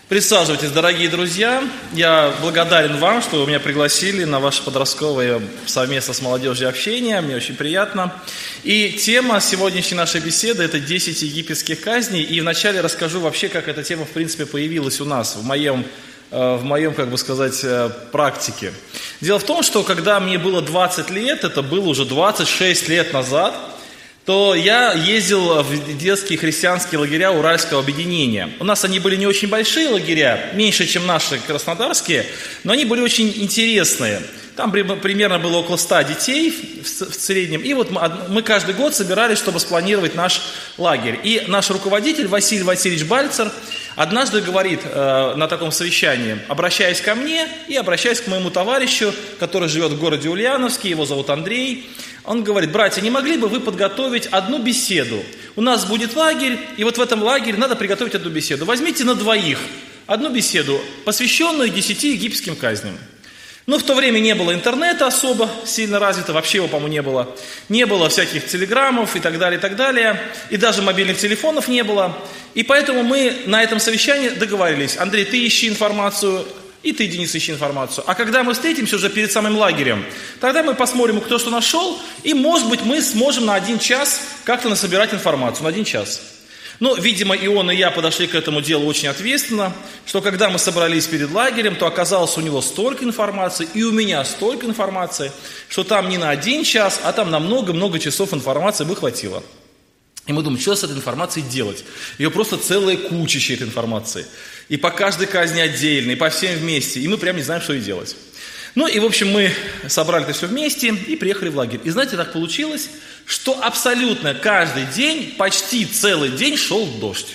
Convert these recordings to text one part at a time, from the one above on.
Присаживайтесь, дорогие друзья. Я благодарен вам, что вы меня пригласили на ваше подростковое совместно с молодежью общение. Мне очень приятно. И тема сегодняшней нашей беседы – это 10 египетских казней. И вначале расскажу вообще, как эта тема, в принципе, появилась у нас, в моем, практике. Дело в том, что когда мне было 20 лет, это было уже 26 лет назад, то я ездил в детские христианские лагеря Уральского объединения. У нас они были не очень большие лагеря, меньше, чем наши краснодарские, но они были очень интересные. Там примерно было около 100 детей в среднем. И вот мы каждый год собирались, чтобы спланировать наш лагерь. И наш руководитель Василий Васильевич Бальцер однажды говорит на таком совещании, обращаясь ко мне и обращаясь к моему товарищу, который живет в городе Ульяновске, его зовут Андрей. Он говорит: братья, не могли бы вы подготовить одну беседу? У нас будет лагерь, и вот в этом лагере надо приготовить одну беседу. Возьмите на двоих одну беседу, посвященную 10 египетским казням. Но в то время не было интернета особо сильно развитого, вообще его, по-моему, не было. Не было всяких телеграммов и так далее, и так далее. И даже мобильных телефонов не было. И поэтому мы на этом совещании договорились: Андрей, ты ищи информацию, и ты, Денис, ищи информацию. А когда мы встретимся уже перед самым лагерем, тогда мы посмотрим, кто что нашел, и, может быть, мы сможем на 1 час как-то насобирать информацию, на 1 час. Но, видимо, и он, и я подошли к этому делу очень ответственно, что когда мы собрались перед лагерем, то оказалось у него столько информации, и у меня столько информации, что там не на 1 час, а там на много-много часов информации бы хватило. И мы думаем, что с этой информацией делать? Ее просто целая кучища этой информации. И по каждой казни отдельно, и по всем вместе. И мы прям не знаем, что и делать. Ну и, в общем, мы собрали это все вместе и приехали в лагерь. И знаете, так получилось, что абсолютно каждый день, почти целый день шел дождь.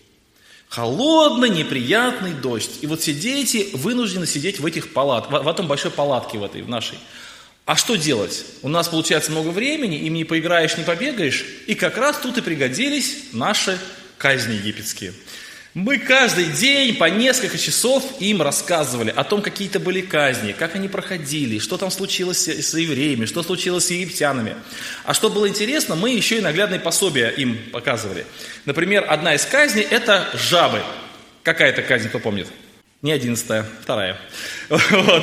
Холодный, неприятный дождь. И вот все дети вынуждены сидеть в этих палатках, в этом большой палатке в нашей. А что делать? У нас получается много времени, им не поиграешь, не побегаешь. И как раз тут и пригодились наши казни египетские. Мы каждый день по несколько часов им рассказывали о том, какие-то были казни, как они проходили, что там случилось с евреями, что случилось с египтянами. А что было интересно, мы еще и наглядные пособия им показывали. Например, одна из казней – это жабы. Какая-то казнь, кто помнит? Не 11-я, 2-я. Вот.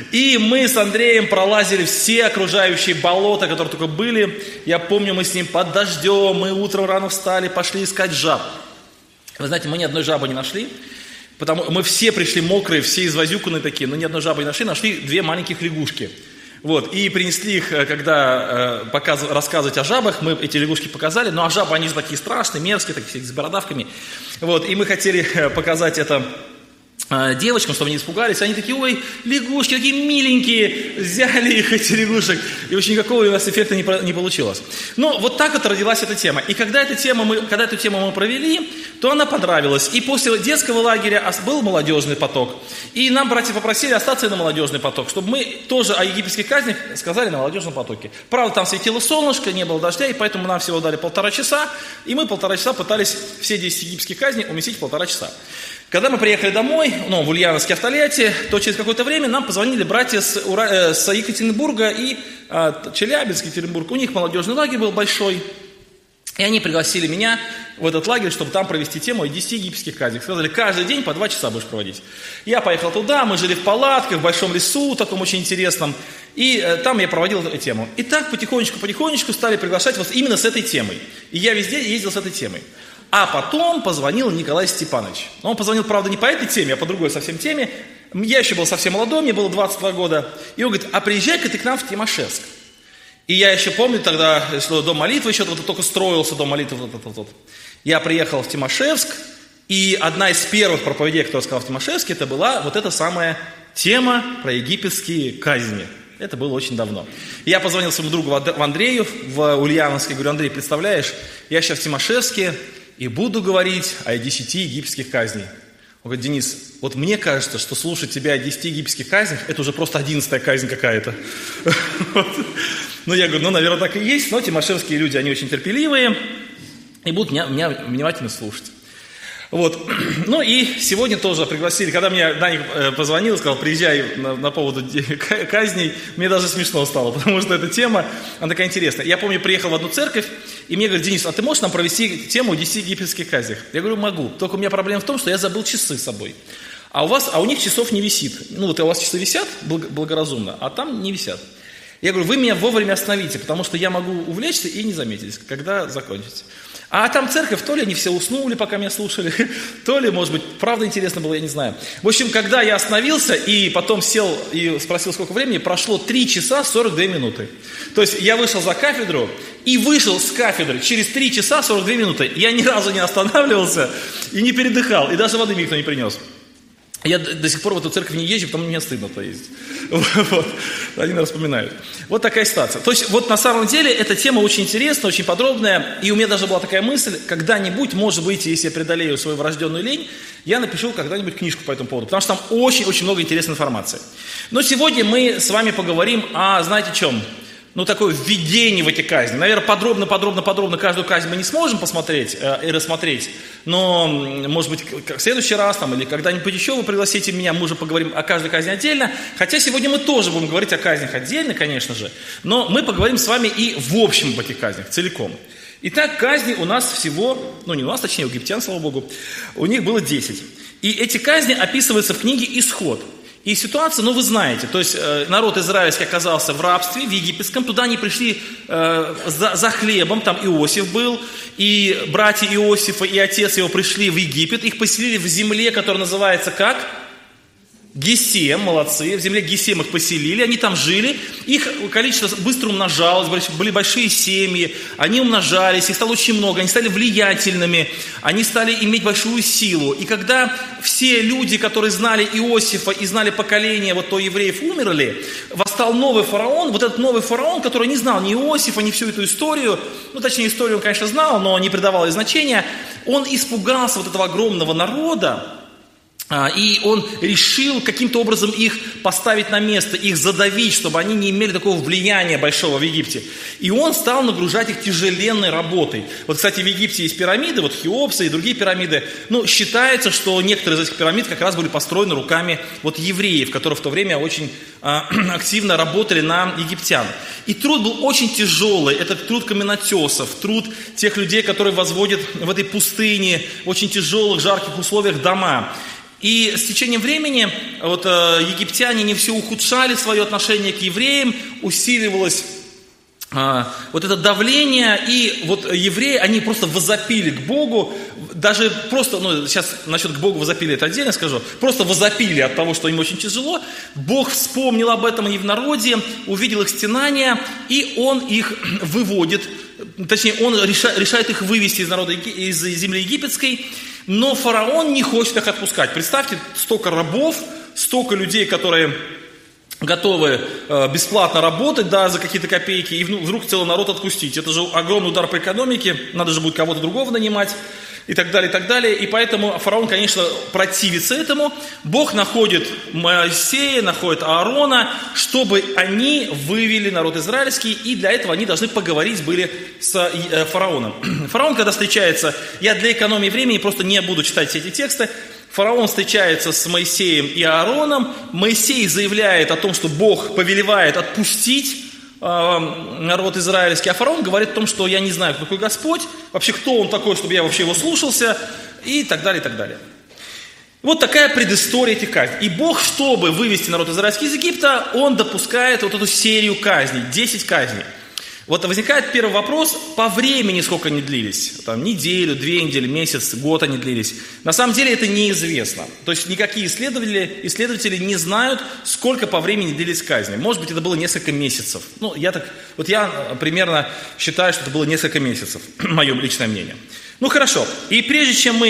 И мы с Андреем пролазили все окружающие болота, которые только были. Я помню, мы с ним под дождем, мы утром рано встали, пошли искать жаб. Вы знаете, мы ни одной жабы не нашли, потому мы все пришли мокрые, все извозюканные такие, но ни одной жабы не нашли 2 маленьких лягушки. Вот, и принесли их, когда рассказывать о жабах, мы эти лягушки показали, ну а жабы, они же такие страшные, мерзкие, такие с бородавками. Вот, и мы хотели показать это девочкам, чтобы они испугались, они такие: ой, лягушки, такие миленькие, взяли их, эти лягушек, и очень никакого у нас эффекта не получилось. Но вот так вот родилась эта тема. И когда эту тему мы провели, то она понравилась. И после детского лагеря был молодежный поток. И нам братья попросили остаться и на молодежный поток, чтобы мы тоже о египетских казнях сказали на молодежном потоке. Правда, там светило солнышко, не было дождя, и поэтому нам всего дали 1,5 часа, и мы 1,5 часа пытались все 10 египетских казней уместить в 1,5 часа. Когда мы приехали домой, в Ульяновске автолете, то через какое-то время нам позвонили братья с Екатеринбурга и Челябинск, Екатеринбург. У них молодежный лагерь был большой, и они пригласили меня в этот лагерь, чтобы там провести тему о 10 египетских казнях. Сказали, каждый день по 2 часа будешь проводить. Я поехал туда, мы жили в палатках, в большом лесу, таком очень интересном, и там я проводил эту тему. И так потихонечку стали приглашать вот именно с этой темой. И я везде ездил с этой темой. А потом позвонил Николай Степанович. Он позвонил, правда, не по этой теме, а по другой совсем теме. Я еще был совсем молодой, мне было 22 года. И он говорит: а приезжай-ка ты к нам в Тимашевск. И я еще помню тогда, что дом молитвы еще только строился, дом молитвы. Я приехал в Тимашевск, и одна из первых проповедей, которую я сказал в Тимашевске, это была вот эта самая тема про египетские казни. Это было очень давно. Я позвонил своему другу Андрею в Ульяновске, говорю: Андрей, представляешь, я сейчас в Тимашевске, и буду говорить о 10 египетских казнях. Он говорит: Денис, вот мне кажется, что слушать тебя о 10 египетских казнях, это уже просто 11-я казнь какая-то. Ну, я говорю, наверное, так и есть, но тимашевские люди, они очень терпеливые и будут меня внимательно слушать. Вот. Ну и сегодня тоже пригласили, когда мне Даник позвонил, сказал, приезжай на поводу казней, мне даже смешно стало, потому что эта тема, она такая интересная. Я помню, приехал в одну церковь, и мне говорят, Денис, а ты можешь нам провести тему 10 египетских казней? Я говорю, могу, только у меня проблема в том, что я забыл часы с собой. А у них часов не висит. Ну вот у вас часы висят благоразумно, а там не висят. Я говорю, вы меня вовремя остановите, потому что я могу увлечься и не заметить, когда закончите. А там церковь, то ли они все уснули, пока меня слушали, то ли, может быть, правда интересно было, я не знаю. В общем, когда я остановился и потом сел и спросил, сколько времени, прошло 3 часа 42 минуты. То есть я вышел за кафедру и вышел с кафедры через 3 часа 42 минуты. Я ни разу не останавливался и не передыхал, и даже воды мне никто не принес. Я до сих пор в эту церковь не езжу, потому что мне стыдно туда ездить. Вот. Они нас вспоминают. Вот такая ситуация. То есть, вот на самом деле, эта тема очень интересная, очень подробная. И у меня даже была такая мысль, когда-нибудь, может быть, если я преодолею свою врожденную лень, я напишу когда-нибудь книжку по этому поводу. Потому что там очень-очень много интересной информации. Но сегодня мы с вами поговорим о, знаете, чем? Ну, такое введение в эти казни. Наверное, подробно каждую казнь мы не сможем посмотреть и рассмотреть. Но, может быть, в следующий раз там, или когда-нибудь еще вы пригласите меня, мы уже поговорим о каждой казни отдельно. Хотя сегодня мы тоже будем говорить о казнях отдельно, конечно же. Но мы поговорим с вами и в общем об этих казнях, целиком. Итак, казни у нас всего, ну не у нас, точнее, у египтян, слава Богу, у них было 10. И эти казни описываются в книге «Исход». И ситуация, ну вы знаете, то есть народ израильский оказался в рабстве, в египетском, туда они пришли за хлебом, там Иосиф был, и братья Иосифа и отец его пришли в Египет, их поселили в земле, которая называется как? Гесем, молодцы, в земле Гесем их поселили, они там жили, их количество быстро умножалось, были большие семьи, они умножались, их стало очень много, они стали влиятельными, они стали иметь большую силу. И когда все люди, которые знали Иосифа и знали поколение вот то евреев, умерли, восстал новый фараон, вот этот новый фараон, который не знал ни Иосифа, ни всю эту историю, ну точнее историю он, конечно, знал, но не придавал ей значения, он испугался вот этого огромного народа, и он решил каким-то образом их поставить на место, их задавить, чтобы они не имели такого влияния большого в Египте. И он стал нагружать их тяжеленной работой. Вот, кстати, в Египте есть пирамиды, вот Хеопса и другие пирамиды. Ну, считается, что некоторые из этих пирамид как раз были построены руками вот евреев, которые в то время очень активно работали на египтян. И труд был очень тяжелый. Это труд каменотесов, труд тех людей, которые возводят в этой пустыне, в очень тяжелых, жарких условиях дома. И с течением времени вот, египтяне не все ухудшали свое отношение к евреям, усиливалось вот это давление, и вот евреи, они просто возопили к Богу, даже просто, ну сейчас насчет к Богу возопили, это отдельно скажу, просто возопили от того, что им очень тяжело. Бог вспомнил об этом и в народе, увидел их стенания, и Он их выводит, точнее, Он решает их вывести из народа, из земли египетской. Но фараон не хочет их отпускать. Представьте, столько рабов, столько людей, которые готовы бесплатно работать, да, за какие-то копейки, и вдруг целый народ отпустить. Это же огромный удар по экономике, надо же будет кого-то другого нанимать, и так далее, и так далее. И поэтому фараон, конечно, противится этому. Бог находит Моисея, находит Аарона, чтобы они вывели народ израильский, и для этого они должны поговорить были с фараоном. Фараон, когда встречается, я для экономии времени просто не буду читать все эти тексты, фараон встречается с Моисеем и Аароном, Моисей заявляет о том, что Бог повелевает отпустить народ израильский, а фараон говорит о том, что я не знаю, кто такой Господь, вообще кто он такой, чтобы я вообще его слушался, и так далее, и так далее. Вот такая предыстория этих казней. И Бог, чтобы вывести народ израильский из Египта, Он допускает вот эту серию казней, 10 казней. Вот возникает первый вопрос, по времени сколько они длились? Там, неделю, 2 недели, месяц, год они длились. На самом деле это неизвестно. То есть никакие исследователи не знают, сколько по времени длились казни. Может быть, это было несколько месяцев. Ну, я примерно считаю, что это было несколько месяцев, мое личное мнение. Ну, хорошо. И прежде чем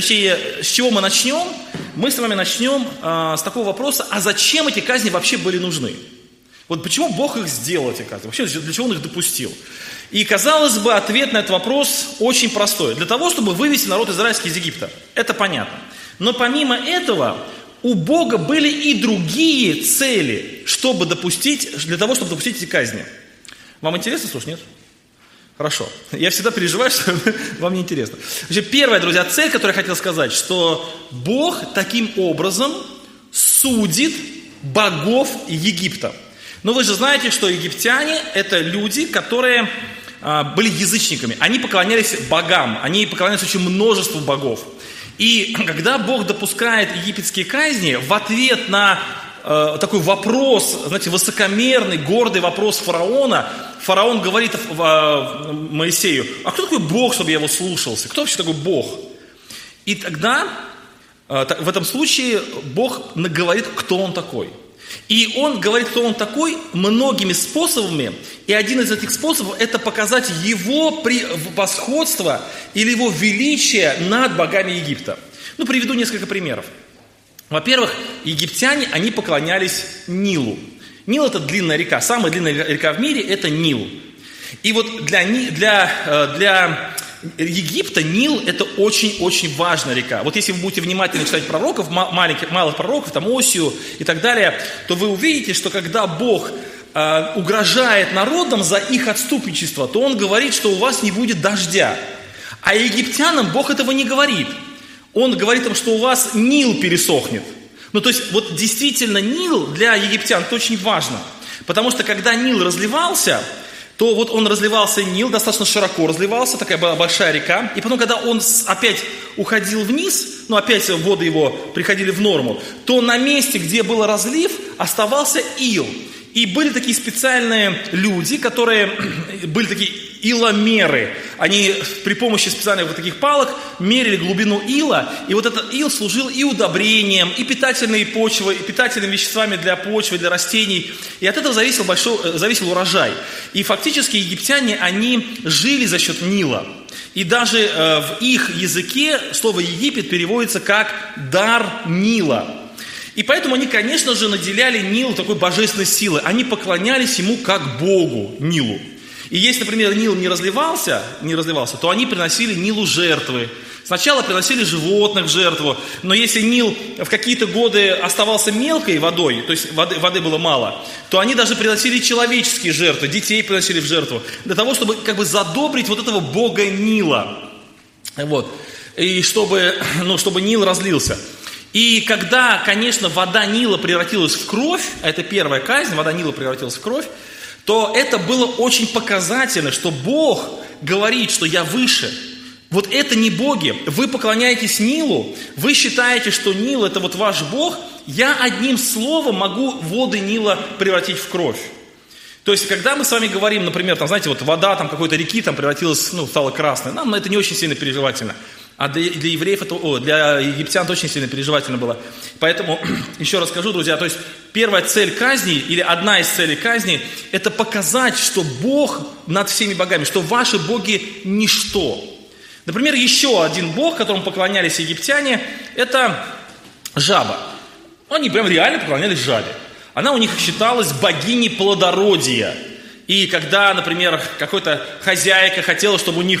с чего мы начнем, мы с вами начнем с такого вопроса, а зачем эти казни вообще были нужны? Вот почему Бог их сделал, эти казни? Вообще, для чего Он их допустил? И, казалось бы, ответ на этот вопрос очень простой. Для того, чтобы вывести народ израильский из Египта. Это понятно. Но помимо этого, у Бога были и другие цели, для того, чтобы допустить эти казни. Вам интересно, слушай, нет? Хорошо. Я всегда переживаю, что вам не интересно. Значит, первая, друзья, цель, которую я хотел сказать, что Бог таким образом судит богов Египта. Но вы же знаете, что египтяне – это люди, которые были язычниками. Они поклонялись богам, они поклонялись очень множеству богов. И когда Бог допускает египетские казни, в ответ на такой вопрос, знаете, высокомерный, гордый вопрос фараона, фараон говорит Моисею: а кто такой Бог, чтобы я его слушался? Кто вообще такой Бог? И тогда, в этом случае, Бог говорит, кто он такой. И он говорит, кто он такой, многими способами. И один из этих способов – это показать его превосходство или его величие над богами Египта. Ну, приведу несколько примеров. Во-первых, египтяне, они поклонялись Нилу. Нил – это длинная река. Самая длинная река в мире – это Нил. И вот для Египта Нил – это очень-очень важная река. Вот если вы будете внимательно читать пророков, малых пророков, там Осию и так далее, то вы увидите, что когда Бог угрожает народам за их отступничество, то Он говорит, что у вас не будет дождя. А египтянам Бог этого не говорит. Он говорит им, что у вас Нил пересохнет. Ну, то есть, вот действительно Нил для египтян это очень важно. Потому что когда Нил разливался, то вот он разливался, Нил достаточно широко разливался, такая была большая река. И потом, когда он опять уходил вниз, ну, опять воды его приходили в норму, то на месте, где был разлив, оставался ил. И были такие специальные люди, которые были такие иломеры. Они при помощи специальных вот таких палок мерили глубину ила. И вот этот ил служил и удобрением, и питательной почвой, и питательными веществами для почвы, для растений. И от этого зависел урожай. И фактически египтяне, они жили за счет Нила. И даже в их языке слово «Египет» переводится как «дар Нила». И поэтому они, конечно же, наделяли Нилу такой божественной силой. Они поклонялись ему как Богу, Нилу. И если, например, Нил не разливался, то они приносили Нилу жертвы. Сначала приносили животных в жертву, но если Нил в какие-то годы оставался мелкой водой, то есть воды было мало, то они даже приносили человеческие жертвы, детей приносили в жертву, для того, чтобы как бы задобрить вот этого бога Нила. Вот. И чтобы Нил разлился. И когда, конечно, вода Нила превратилась в кровь, а это первая казнь, вода Нила превратилась в кровь, то это было очень показательно, что Бог говорит, что я выше. Вот это не боги. Вы поклоняетесь Нилу, вы считаете, что Нил это вот ваш Бог, я одним словом могу воды Нила превратить в кровь. То есть, когда мы с вами говорим, например, там, знаете, вот вода там какой-то реки там превратилась, стала красной, нам это не очень сильно переживательно. А для евреев, для египтян это очень сильно переживательно было. Поэтому, еще раз скажу, друзья, то есть первая цель казни, или одна из целей казни, это показать, что Бог над всеми богами, что ваши боги ничто. Например, еще один бог, которому поклонялись египтяне, это жаба. Они прям реально поклонялись жабе. Она у них считалась богиней плодородия. И когда, например, какой-то хозяйка хотела, чтобы у них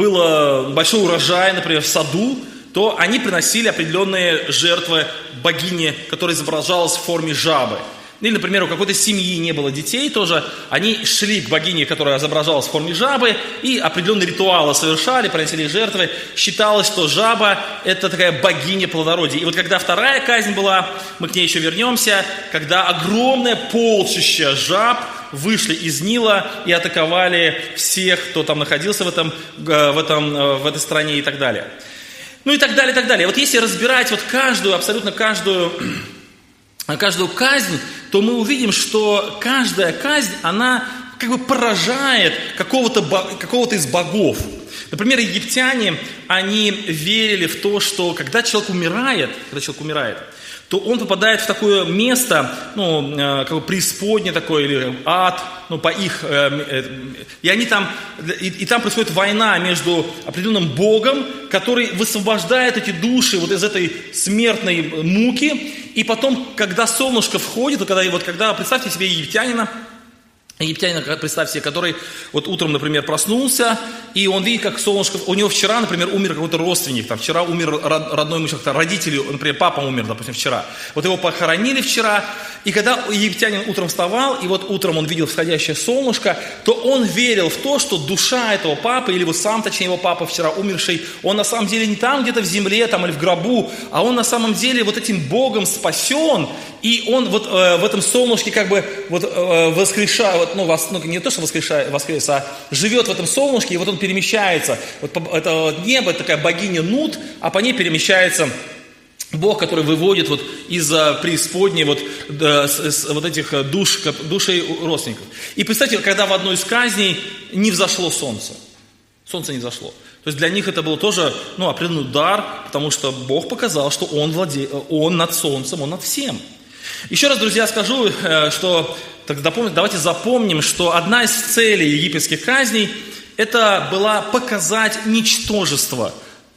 был большой урожай, например, в саду, то они приносили определенные жертвы богине, которая изображалась в форме жабы. Или, например, у какой-то семьи не было детей тоже, они шли к богине, которая изображалась в форме жабы, и определенные ритуалы совершали, приносили жертвы. Считалось, что жаба – это такая богиня плодородия. И вот когда вторая казнь была, мы к ней еще вернемся, когда огромное полчище жаб вышли из Нила и атаковали всех, кто там находился в этой стране и так далее. Ну и так далее, и так далее. Вот если разбирать вот абсолютно каждую казнь, то мы увидим, что каждая казнь, она как бы поражает какого-то из богов. Например, египтяне, они верили в то, что когда человек умирает, то он попадает в такое место, как бы преисподнее такое, или ад, по их, и там происходит война между определенным богом, который высвобождает эти души вот из этой смертной муки, и потом, когда солнышко входит, когда представьте себе египтянина, Египтянин, представьте себе, который вот утром, например, проснулся, и он видит, как солнышко, у него вчера, например, умер какой-то родственник, там, вчера умер родной муж, родители, например, папа умер, допустим, вчера. Вот его похоронили вчера, и когда египтянин утром вставал, и вот утром он видел всходящее солнышко, то он верил в то, что душа этого папы, или вот сам, точнее, его папа вчера умерший, он на самом деле не там где-то в земле, там, или в гробу, а он на самом деле вот этим Богом спасен, и он вот в этом солнышке как бы вот воскрешает, не то, что воскрес, а живет в этом солнышке, и вот он перемещается. Вот это небо, это такая богиня Нут, а по ней перемещается Бог, который выводит вот из преисподней вот этих душей родственников. И представьте, когда в одной из казней не взошло солнце. Солнце не взошло. То есть для них это было тоже определенный удар, потому что Бог показал, что Он над солнцем, Он над всем. Еще раз, друзья, скажу, что давайте запомним, что одна из целей египетских казней это была показать ничтожество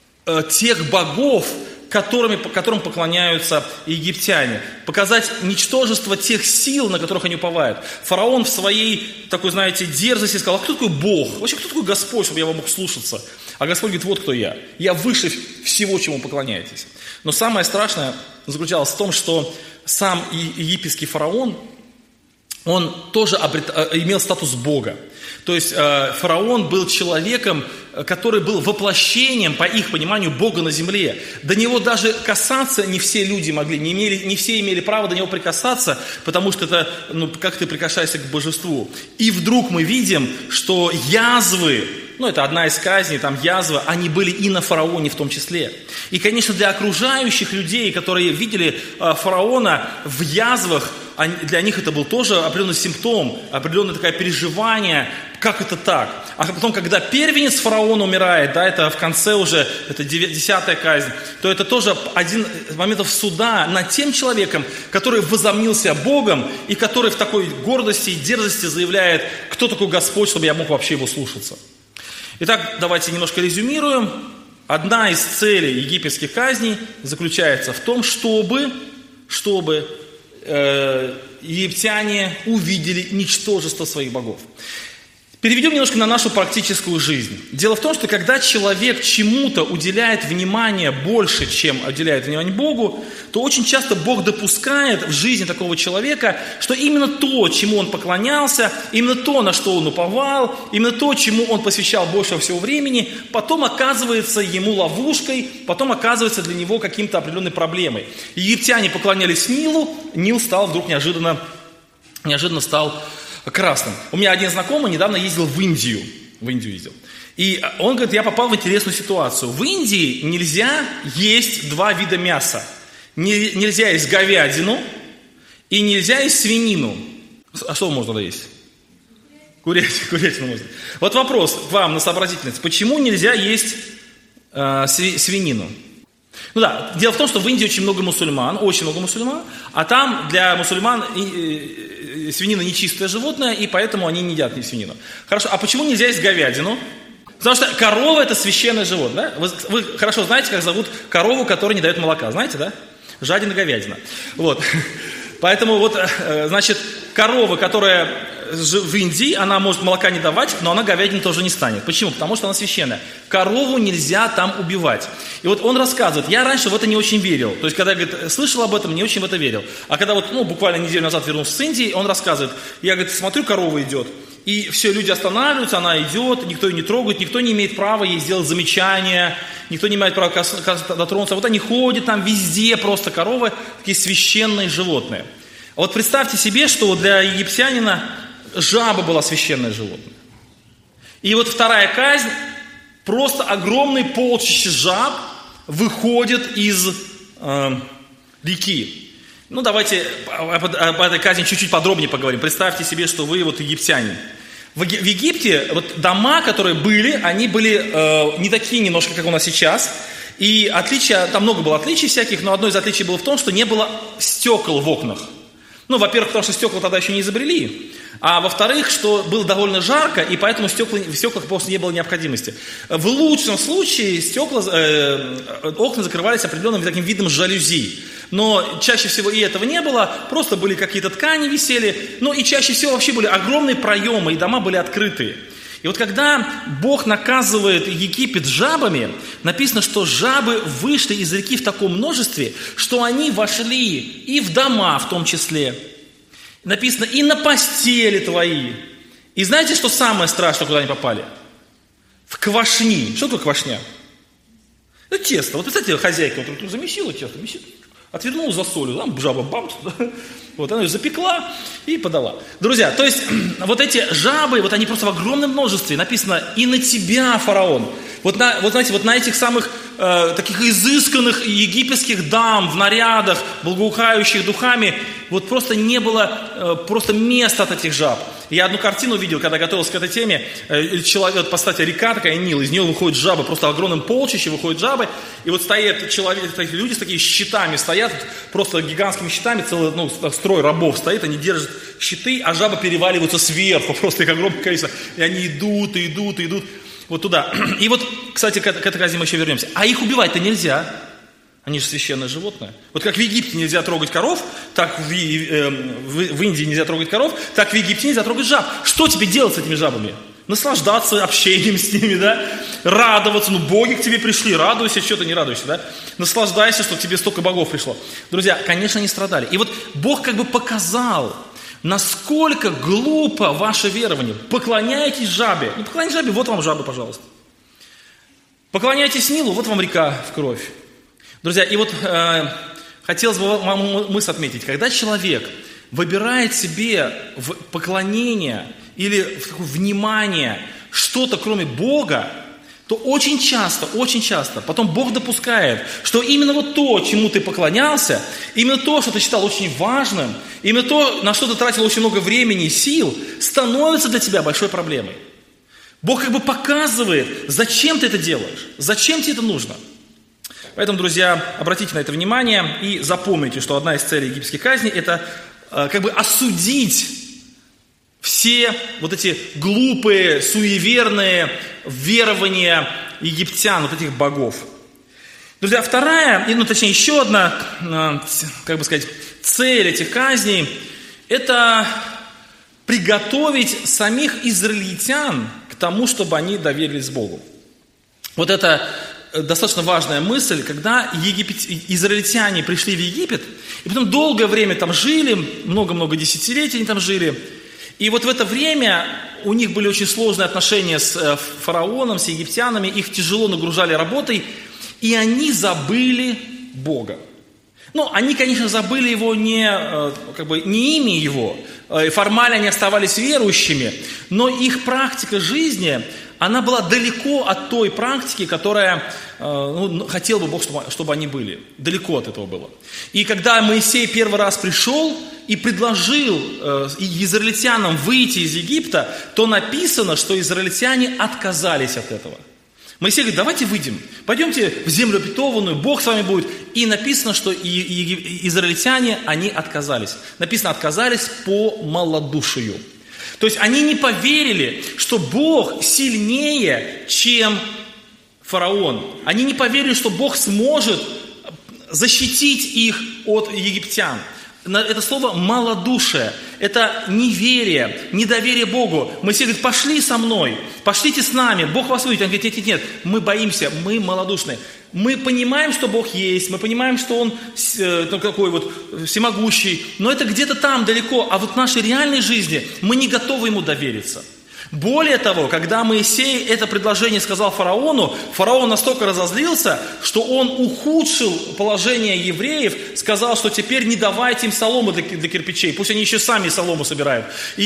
тех богов, которым поклоняются египтяне. Показать ничтожество тех сил, на которых они уповают. Фараон в своей такой, знаете, дерзости сказал: а кто такой Бог? Вообще, кто такой Господь, чтобы я вам мог слушаться? А Господь говорит: вот кто я. Я выше всего, чему поклоняетесь. Но самое страшное заключалось в том, что сам египетский фараон, он тоже имел статус Бога. То есть фараон был человеком, который был воплощением, по их пониманию, Бога на земле. До него даже касаться не все люди могли, не все имели право до него прикасаться, потому что это, как ты прикасаешься к божеству. И вдруг мы видим, что язвы, это одна из казней, там язвы, они были и на фараоне в том числе. И, конечно, для окружающих людей, которые видели фараона в язвах, для них это был тоже определенный симптом, определенное такое переживание, как это так. А потом, когда первенец фараона умирает, это в конце уже, это 10-я казнь, то это тоже один из моментов суда над тем человеком, который возомнил себя Богом и который в такой гордости и дерзости заявляет: кто такой Господь, чтобы я мог вообще его слушаться. Итак, давайте немножко резюмируем. Одна из целей египетских казней заключается в том, чтобы египтяне увидели ничтожество своих богов. Переведем немножко на нашу практическую жизнь. Дело в том, что когда человек чему-то уделяет внимание больше, чем уделяет внимание Богу, то очень часто Бог допускает в жизни такого человека, что именно то, чему он поклонялся, именно то, на что он уповал, именно то, чему он посвящал больше всего времени, потом оказывается ему ловушкой, потом оказывается для него каким-то определенной проблемой. Египтяне поклонялись Нилу, Нил стал вдруг неожиданно стал красным. У меня один знакомый недавно ездил в Индию ездил. И он говорит: я попал в интересную ситуацию. В Индии нельзя есть два вида мяса. Нельзя есть говядину и нельзя есть свинину. А что можно есть? Курятину можно. Вот вопрос к вам на сообразительность. Почему нельзя есть свинину? Дело в том, что в Индии очень много мусульман, а там для мусульман свинина нечистое животное, и поэтому они не едят свинину. Хорошо, а почему нельзя есть говядину? Потому что корова – это священное животное. Да? Вы хорошо знаете, как зовут корову, которая не дает молока. Знаете, да? Жадина говядина. Вот. Поэтому корова, которая в Индии, она может молока не давать, но она говядину тоже не станет. Почему? Потому что она священная. Корову нельзя там убивать. И вот он рассказывает: я раньше в это не очень верил. То есть, когда, слышал об этом, не очень в это верил. А когда буквально неделю назад вернулся с Индии, он рассказывает: я, смотрю, корова идет. И все, люди останавливаются, она идет, никто ее не трогает, никто не имеет права ей сделать замечания, никто не имеет права дотронуться. Вот они ходят там везде, просто коровы, такие священные животные. А вот представьте себе, что для египтянина жаба была священное животное. И вот вторая казнь, просто огромный полчище жаб выходит из реки. Давайте об этой казни чуть-чуть подробнее поговорим. Представьте себе, что вы египтянин. В Египте дома, которые были, они были не такие немножко, как у нас сейчас. И там много было отличий всяких, но одно из отличий было в том, что не было стекол в окнах. Во-первых, потому что стекла тогда еще не изобрели. А во-вторых, что было довольно жарко, и поэтому в стеклах просто не было необходимости. В лучшем случае окна закрывались определенным таким видом жалюзи. Но чаще всего и этого не было, просто были какие-то ткани висели, ну и чаще всего вообще были огромные проемы, и дома были открытые. И вот когда Бог наказывает Египет жабами, написано, что жабы вышли из реки в таком множестве, что они вошли и в дома в том числе. Написано, и на постели твои. И знаете, что самое страшное, куда они попали? В квашни. Что такое квашня? Это тесто. Вот представьте, хозяйка вот, замесила тесто, отвернула за солью, там жаба бам, вот она ее запекла и подала. Друзья, то есть вот эти жабы, вот они просто в огромном множестве. Написано, и на тебя, фараон. Вот знаете, вот на этих самых таких изысканных египетских дам в нарядах, благоухающих духами, вот просто не было просто места от этих жаб. Я одну картину видел, когда готовился к этой теме. Человек, поставьте, река такая, Нил, из нее выходят жабы, просто огромным полчищем выходят жабы. И вот стоят люди с такими щитами, стоят просто гигантскими щитами, целый строй рабов стоит, они держат щиты, а жабы переваливаются сверху, просто их огромное количество. И они идут, и идут, и идут вот туда. И вот, кстати, к этой казни мы еще вернемся. А их убивать-то нельзя. Они же священное животное. Вот как в Египте нельзя трогать коров, так в Индии нельзя трогать коров, так в Египте нельзя трогать жаб. Что тебе делать с этими жабами? Наслаждаться общением с ними, да? Радоваться. Боги к тебе пришли, радуйся, что ты не радуешься, да? Наслаждайся, что к тебе столько богов пришло. Друзья, конечно, они страдали. И вот Бог как бы показал, насколько глупо ваше верование. Поклоняйтесь жабе. Не поклоняйтесь жабе, вот вам жаба, пожалуйста. Поклоняйтесь Нилу, вот вам река в кровь. Друзья, и вот хотелось бы вам мысль отметить, когда человек выбирает себе в поклонение или в такое внимание что-то кроме Бога, то очень часто потом Бог допускает, что именно вот то, чему ты поклонялся, именно то, что ты считал очень важным, именно то, на что ты тратил очень много времени и сил, становится для тебя большой проблемой. Бог как бы показывает, зачем ты это делаешь, зачем тебе это нужно. Поэтому, друзья, обратите на это внимание и запомните, что одна из целей египетских казней – это как бы осудить все вот эти глупые, суеверные верования египтян, вот этих богов. Друзья, вторая, точнее еще одна, как бы сказать, цель этих казней – это приготовить самих израильтян к тому, чтобы они доверились Богу. Вот это достаточно важная мысль, когда израильтяне пришли в Египет, и потом долгое время там жили, много-много десятилетий они там жили, и вот в это время у них были очень сложные отношения с фараоном, с египтянами, их тяжело нагружали работой, и они забыли Бога. Они, конечно, забыли его не имя его, формально они оставались верующими, но их практика жизни, она была далеко от той практики, которая хотел бы Бог, чтобы они были. Далеко от этого было. И когда Моисей первый раз пришел и предложил израильтянам выйти из Египта, то написано, что израильтяне отказались от этого. Моисей говорит, давайте выйдем, пойдемте в землю обетованную, Бог с вами будет. И написано, что израильтяне, они отказались. Написано, отказались по малодушию. То есть они не поверили, что Бог сильнее, чем фараон. Они не поверили, что Бог сможет защитить их от египтян. Это слово малодушие, это неверие, недоверие Богу. Моисей говорит, пошли со мной, пошлите с нами, Бог вас выведет. Он говорит, нет, мы боимся, мы малодушны. Мы понимаем, что Бог есть, мы понимаем, что Он такой вот всемогущий, но это где-то там далеко, а вот в нашей реальной жизни мы не готовы Ему довериться. Более того, когда Моисей это предложение сказал фараону, фараон настолько разозлился, что он ухудшил положение евреев, сказал, что теперь не давайте им солому для кирпичей, пусть они еще сами солому собирают.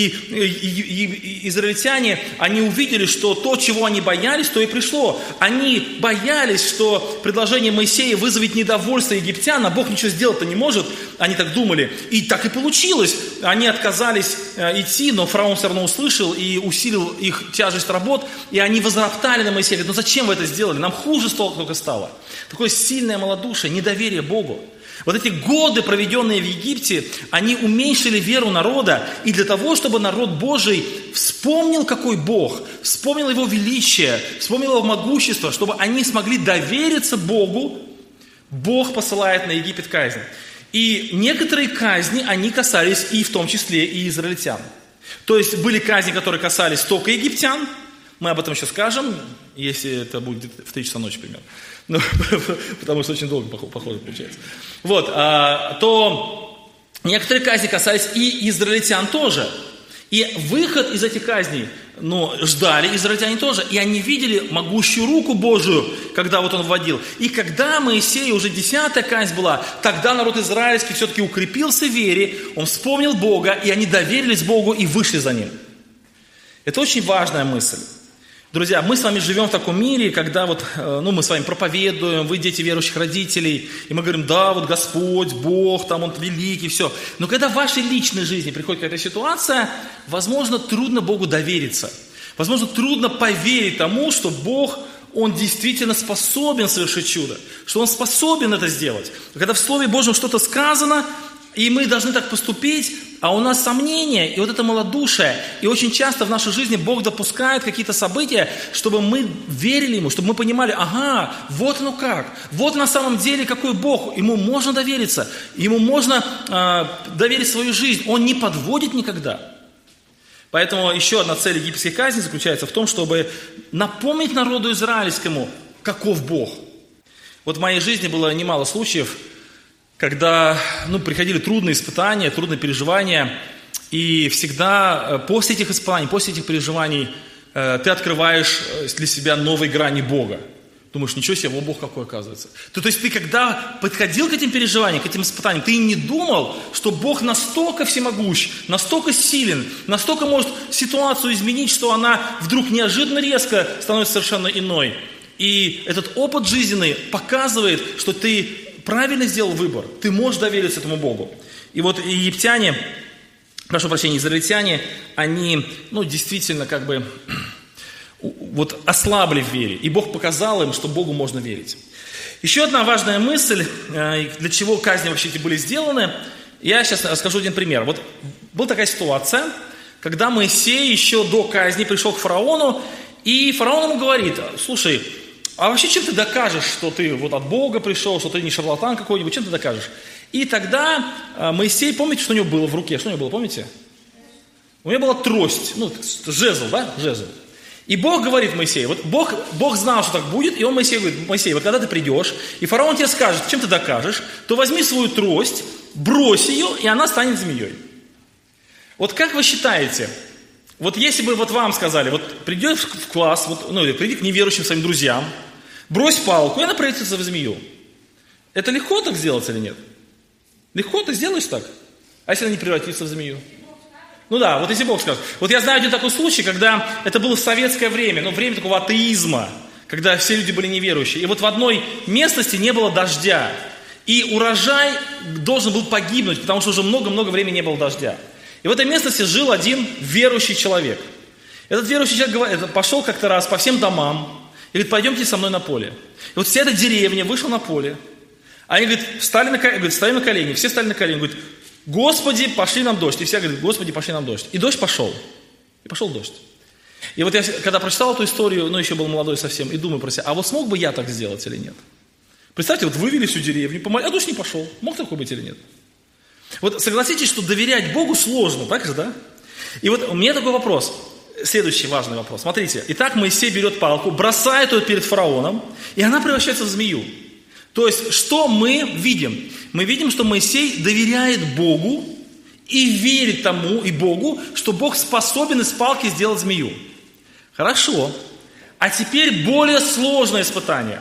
И израильтяне, они увидели, что то, чего они боялись, то и пришло. Они боялись, что предложение Моисея вызовет недовольство египтян, а Бог ничего сделать-то не может, они так думали. И так и получилось. Они отказались идти, но фараон все равно услышал и усилил их тяжесть работ, и они возроптали на Моисея, говорят, зачем вы это сделали? Нам хуже только стало. Такое сильное малодушие, недоверие Богу. Вот эти годы, проведенные в Египте, они уменьшили веру народа, и для того, чтобы народ Божий вспомнил, какой Бог, вспомнил Его величие, вспомнил Его могущество, чтобы они смогли довериться Богу, Бог посылает на Египет казнь. И некоторые казни, они касались и в том числе и израильтян. То есть были казни, которые касались только египтян. Мы об этом еще скажем, если это будет в 3 часа ночи примерно. Ну, потому что очень долго походу получается. Вот, то некоторые казни касались и израильтян тоже. И выход из этих казней, ждали израильтяне тоже. И они видели могущую руку Божию, когда вот он вводил. И когда Моисея уже 10-я казнь была, тогда народ израильский все-таки укрепился в вере, он вспомнил Бога, и они доверились Богу и вышли за Ним. Это очень важная мысль. Друзья, мы с вами живем в таком мире, когда мы с вами проповедуем, вы дети верующих родителей, и мы говорим, да, вот Господь, Бог, там Он великий, все. Но когда в вашей личной жизни приходит какая-то ситуация, возможно, трудно Богу довериться. Возможно, трудно поверить тому, что Бог, Он действительно способен совершить чудо, что Он способен это сделать. Когда в Слове Божьем что-то сказано, и мы должны так поступить, а у нас сомнения, и вот это малодушие. И очень часто в нашей жизни Бог допускает какие-то события, чтобы мы верили Ему, чтобы мы понимали, ага, вот оно как. Вот на самом деле какой Бог. Ему можно довериться, Ему можно доверить свою жизнь. Он не подводит никогда. Поэтому еще одна цель египетской казни заключается в том, чтобы напомнить народу израильскому, каков Бог. Вот в моей жизни было немало случаев, когда приходили трудные испытания, трудные переживания, и всегда после этих испытаний, после этих переживаний ты открываешь для себя новые грани Бога. Думаешь, ничего себе, Бог какой оказывается. То есть ты когда подходил к этим переживаниям, к этим испытаниям, ты не думал, что Бог настолько всемогущ, настолько силен, настолько может ситуацию изменить, что она вдруг неожиданно резко становится совершенно иной. И этот опыт жизненный показывает, что ты правильно сделал выбор. Ты можешь довериться этому Богу. И вот египтяне, израильтяне, они, действительно ослабли в вере. И Бог показал им, что Богу можно верить. Еще одна важная мысль, для чего казни вообще эти были сделаны. Я сейчас расскажу один пример. Вот была такая ситуация, когда Моисей еще до казни пришел к фараону, и фараон ему говорит, слушай, а вообще чем ты докажешь, что ты от Бога пришел, что ты не шарлатан какой-нибудь, чем ты докажешь? И тогда Моисей, помните, что у него было в руке? Что у него было, помните? У него была трость, жезл, да, жезл. И Бог говорит Моисею, Бог знал, что так будет, и он Моисею говорит, Моисей, когда ты придешь, и фараон тебе скажет, чем ты докажешь, то возьми свою трость, брось ее, и она станет змеей. Вот как вы считаете, если бы вам сказали, придешь в класс, или приди к неверующим своим друзьям, брось палку, и она превратится в змею. Это легко так сделать или нет? Легко ты сделаешь так? А если она не превратится в змею? Если Бог скажет. Я знаю один такой случай, когда это было в советское время, время такого атеизма, когда все люди были неверующие. И в одной местности не было дождя. И урожай должен был погибнуть, потому что уже много-много времени не было дождя. И в этой местности жил один верующий человек. Этот верующий человек пошел как-то раз по всем домам и говорит, пойдемте со мной на поле. И вся эта деревня вышла на поле. Они, встали на колени, все встали на колени, говорят, Господи, пошли нам дождь. И все говорят, Господи, пошли нам дождь. И дождь пошел. И пошел дождь. И я, когда прочитал эту историю, еще был молодой совсем, и думаю про себя, а смог бы я так сделать или нет? Представьте, вывели всю деревню, а дождь не пошел. Мог такой быть или нет? Согласитесь, что доверять Богу сложно, так же, да? И у меня такой вопрос, следующий важный вопрос. Смотрите, итак, Моисей берет палку, бросает ее перед фараоном, и она превращается в змею. То есть, что мы видим? Мы видим, что Моисей доверяет Богу и верит тому и Богу, что Бог способен из палки сделать змею. Хорошо. А теперь более сложное испытание.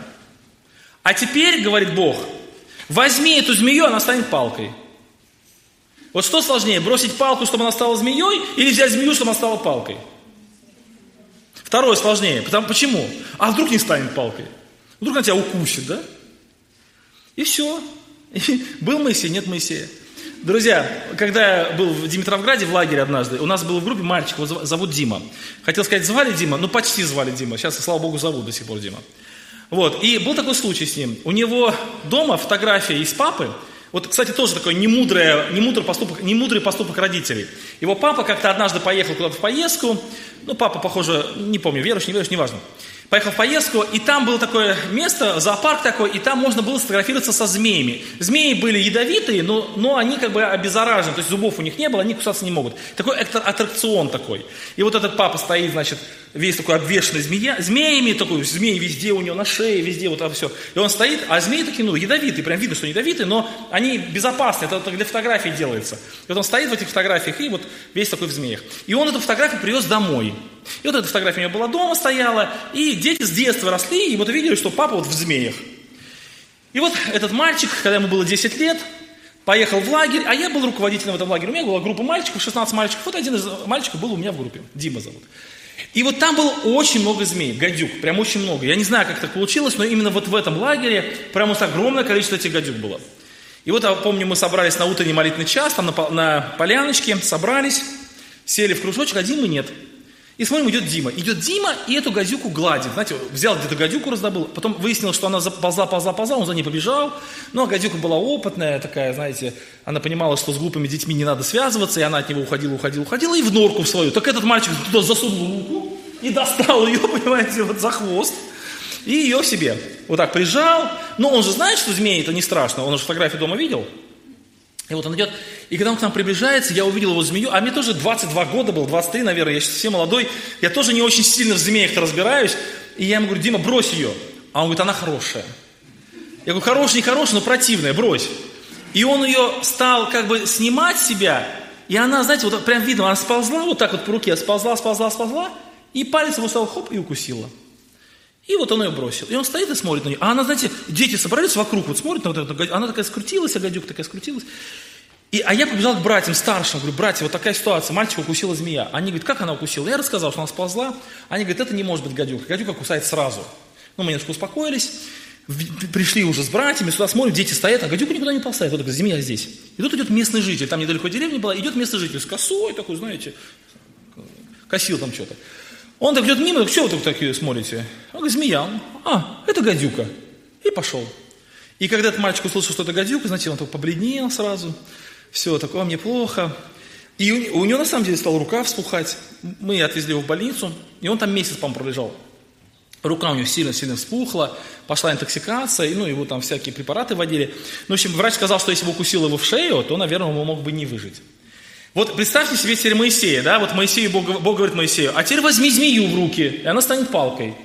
А теперь, говорит Бог, возьми эту змею, она станет палкой. Что сложнее, бросить палку, чтобы она стала змеей, или взять змею, чтобы она стала палкой? Второе сложнее. Почему? А вдруг не станет палкой? Вдруг она тебя укусит, да? И все. И был Моисей, нет Моисея. Друзья, когда я был в Димитровграде в лагере однажды, у нас был в группе мальчик, его зовут Дима. Хотел сказать, звали Дима, но почти звали Дима. Сейчас, слава Богу, зовут до сих пор Дима. И был такой случай с ним. У него дома фотография из папы. Кстати, тоже такой немудрый поступок родителей. Его папа как-то однажды поехал куда-то в поездку. Папа, похоже, не помню, верующий, не верующий, неважно. поехал в поездку, и там было такое место, зоопарк такой, и там можно было сфотографироваться со змеями. Змеи были ядовитые, но они как бы обеззаражены, то есть зубов у них не было, они кусаться не могут. Такой аттракцион такой. И вот этот папа стоит, значит, весь такой обвешанный змеями, такой, змеи везде у него на шее, везде вот это все. И он стоит, а змеи такие, ядовитые, прям видно, что ядовитые, но они безопасны, это для фотографий делается. И вот он стоит в этих фотографиях, и вот весь такой в змеях. И он эту фотографию привез домой. И вот эта фотография у него была дома, стояла, и дети с детства росли, и вот увидели, что папа вот в змеях. И вот этот мальчик, когда ему было 10 лет, поехал в лагерь, а я был руководителем в этом лагере. У меня была группа мальчиков, 16 мальчиков. Вот один из мальчиков был у меня в группе, Дима зовут. И вот там было очень много змей, гадюк, прям очень много. Я не знаю, как так получилось, но именно вот в этом лагере прям вот огромное количество этих гадюк было. И вот, я помню, мы собрались на утренний молитвенный час, там на поляночке, собрались, сели в кружочек, а Димы нет. И смотрим, идет Дима, и эту гадюку гладит. Знаете, взял где-то гадюку, раздобыл, потом выяснилось, что она ползла, он за ней побежал. Ну, а гадюка была опытная такая, знаете, она понимала, что с глупыми детьми не надо связываться, и она от него уходила, и в норку в свою. Так этот мальчик туда засунул руку и достал ее, понимаете, вот за хвост. И ее себе вот так прижал. Но он же знает, что змеи это не страшно, он же фотографии дома видел. И вот он идет, и когда он к нам приближается, я увидел его змею, а мне тоже 22 года было, 23, наверное, я сейчас все молодой, я тоже не очень сильно в змеях-то разбираюсь, и я ему говорю: Дима, брось ее. А он говорит: она хорошая. Я говорю: хорошая, не хорошая, но противная, брось. И он ее стал как бы снимать с себя, и она, знаете, вот прям видно, она сползла вот так вот по руке, сползла, и палец его стал хоп, и укусила. И вот он ее бросил. И он стоит и смотрит на нее. А она, знаете, дети собрались вокруг, вот смотрят на вот эту, она такая скрутилась, а гадюка такая скрутилась. А я побежал к братьям старшим, говорю: братья, вот такая ситуация, мальчика укусила змея. Они говорят: как она укусила? Я рассказал, что она сползла. Они говорят: это не может быть гадюка, гадюка кусает сразу. Ну, мы немножко успокоились, пришли уже с братьями, сюда смотрим, дети стоят, а гадюка никуда не ползает, вот такая змея здесь. И тут идет местный житель, там недалеко деревня была, идет местный житель с косой такой, знаете, косил там что-то. Он так идет мимо, что вы так такие смотрите? Он говорит: змея. Это гадюка. И пошел. И когда этот мальчик услышал, что это гадюка, знаете, он так побледнел сразу. Все, такое мне плохо. И у него на самом деле стала рука вспухать. Мы отвезли его в больницу, и он там месяц, по-моему, пролежал. Рука у него сильно-сильно вспухла, пошла интоксикация, его там всякие препараты вводили. Ну, в общем, врач сказал, что если бы укусил его в шею, то, наверное, он мог бы не выжить. Вот представьте себе теперь Моисея, да, вот Моисею, Бог говорит Моисею: а теперь возьми змею в руки, и она станет палкой.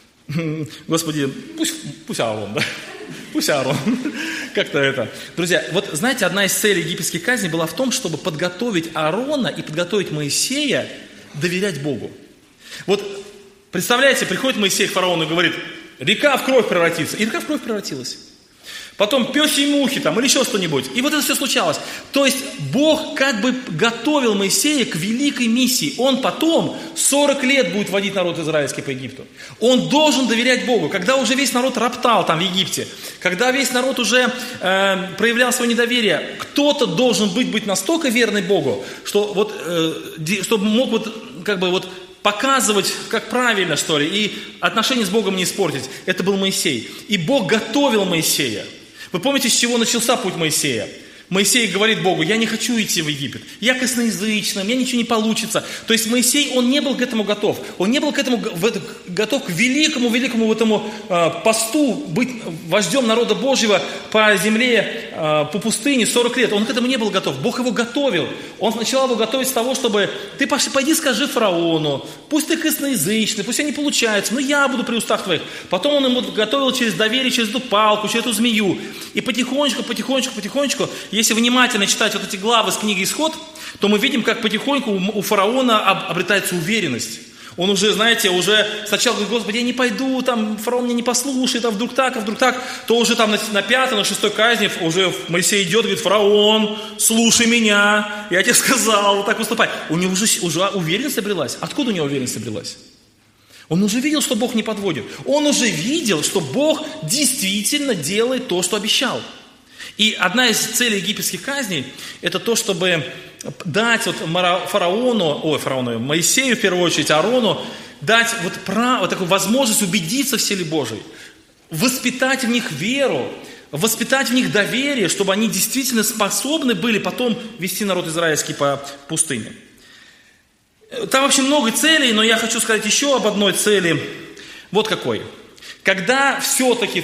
Господи, пусть Аарон, да, пусть Аарон, как-то это. Друзья, вот знаете, одна из целей египетских казней была в том, чтобы подготовить Аарона и подготовить Моисея доверять Богу. Вот представляете, приходит Моисей к фараону и говорит: река в кровь превратится, и река в кровь превратилась. Потом пёсьи мухи там или еще что-нибудь. И вот это все случалось. То есть Бог как бы готовил Моисея к великой миссии. Он потом 40 лет будет водить народ израильский по Египту. Он должен доверять Богу. Когда уже весь народ роптал там в Египте, когда весь народ уже проявлял свое недоверие, кто-то должен быть настолько верный Богу, что чтобы мог показывать, как правильно, что ли, и отношения с Богом не испортить. Это был Моисей. И Бог готовил Моисея. Вы помните, с чего начался путь Моисея? Моисей говорит Богу: я не хочу идти в Египет, я косноязычный, у меня ничего не получится. То есть Моисей, он не был к этому готов. Он не был к этому готов к великому этому посту, быть вождем народа Божьего по земле, по пустыне 40 лет. Он к этому не был готов. Бог его готовил. Он начал его готовить с того, чтобы ты пойди скажи фараону, пусть ты косноязычный, пусть они получаются, но я буду при устах твоих. Потом он ему готовил через доверие, через эту палку, через эту змею. И потихонечку, если внимательно читать вот эти главы с книги «Исход», то мы видим, как потихоньку у фараона обретается уверенность. Он уже, знаете, сначала говорит: Господи, я не пойду, там фараон меня не послушает, а вдруг так, то уже там на 5-й, на 6-й казни уже Моисей идет и говорит: фараон, слушай меня, я тебе сказал, вот так поступай. У него уже уверенность обрелась. Откуда у него уверенность обрелась? Он уже видел, что Бог не подводит. Он уже видел, что Бог действительно делает то, что обещал. И одна из целей египетских казней – это то, чтобы дать Моисею, в первую очередь, Аарону, дать такую возможность убедиться в силе Божией, воспитать в них веру, воспитать в них доверие, чтобы они действительно способны были потом вести народ израильский по пустыне. Там вообще много целей, но я хочу сказать еще об одной цели. вот какой. Когда все-таки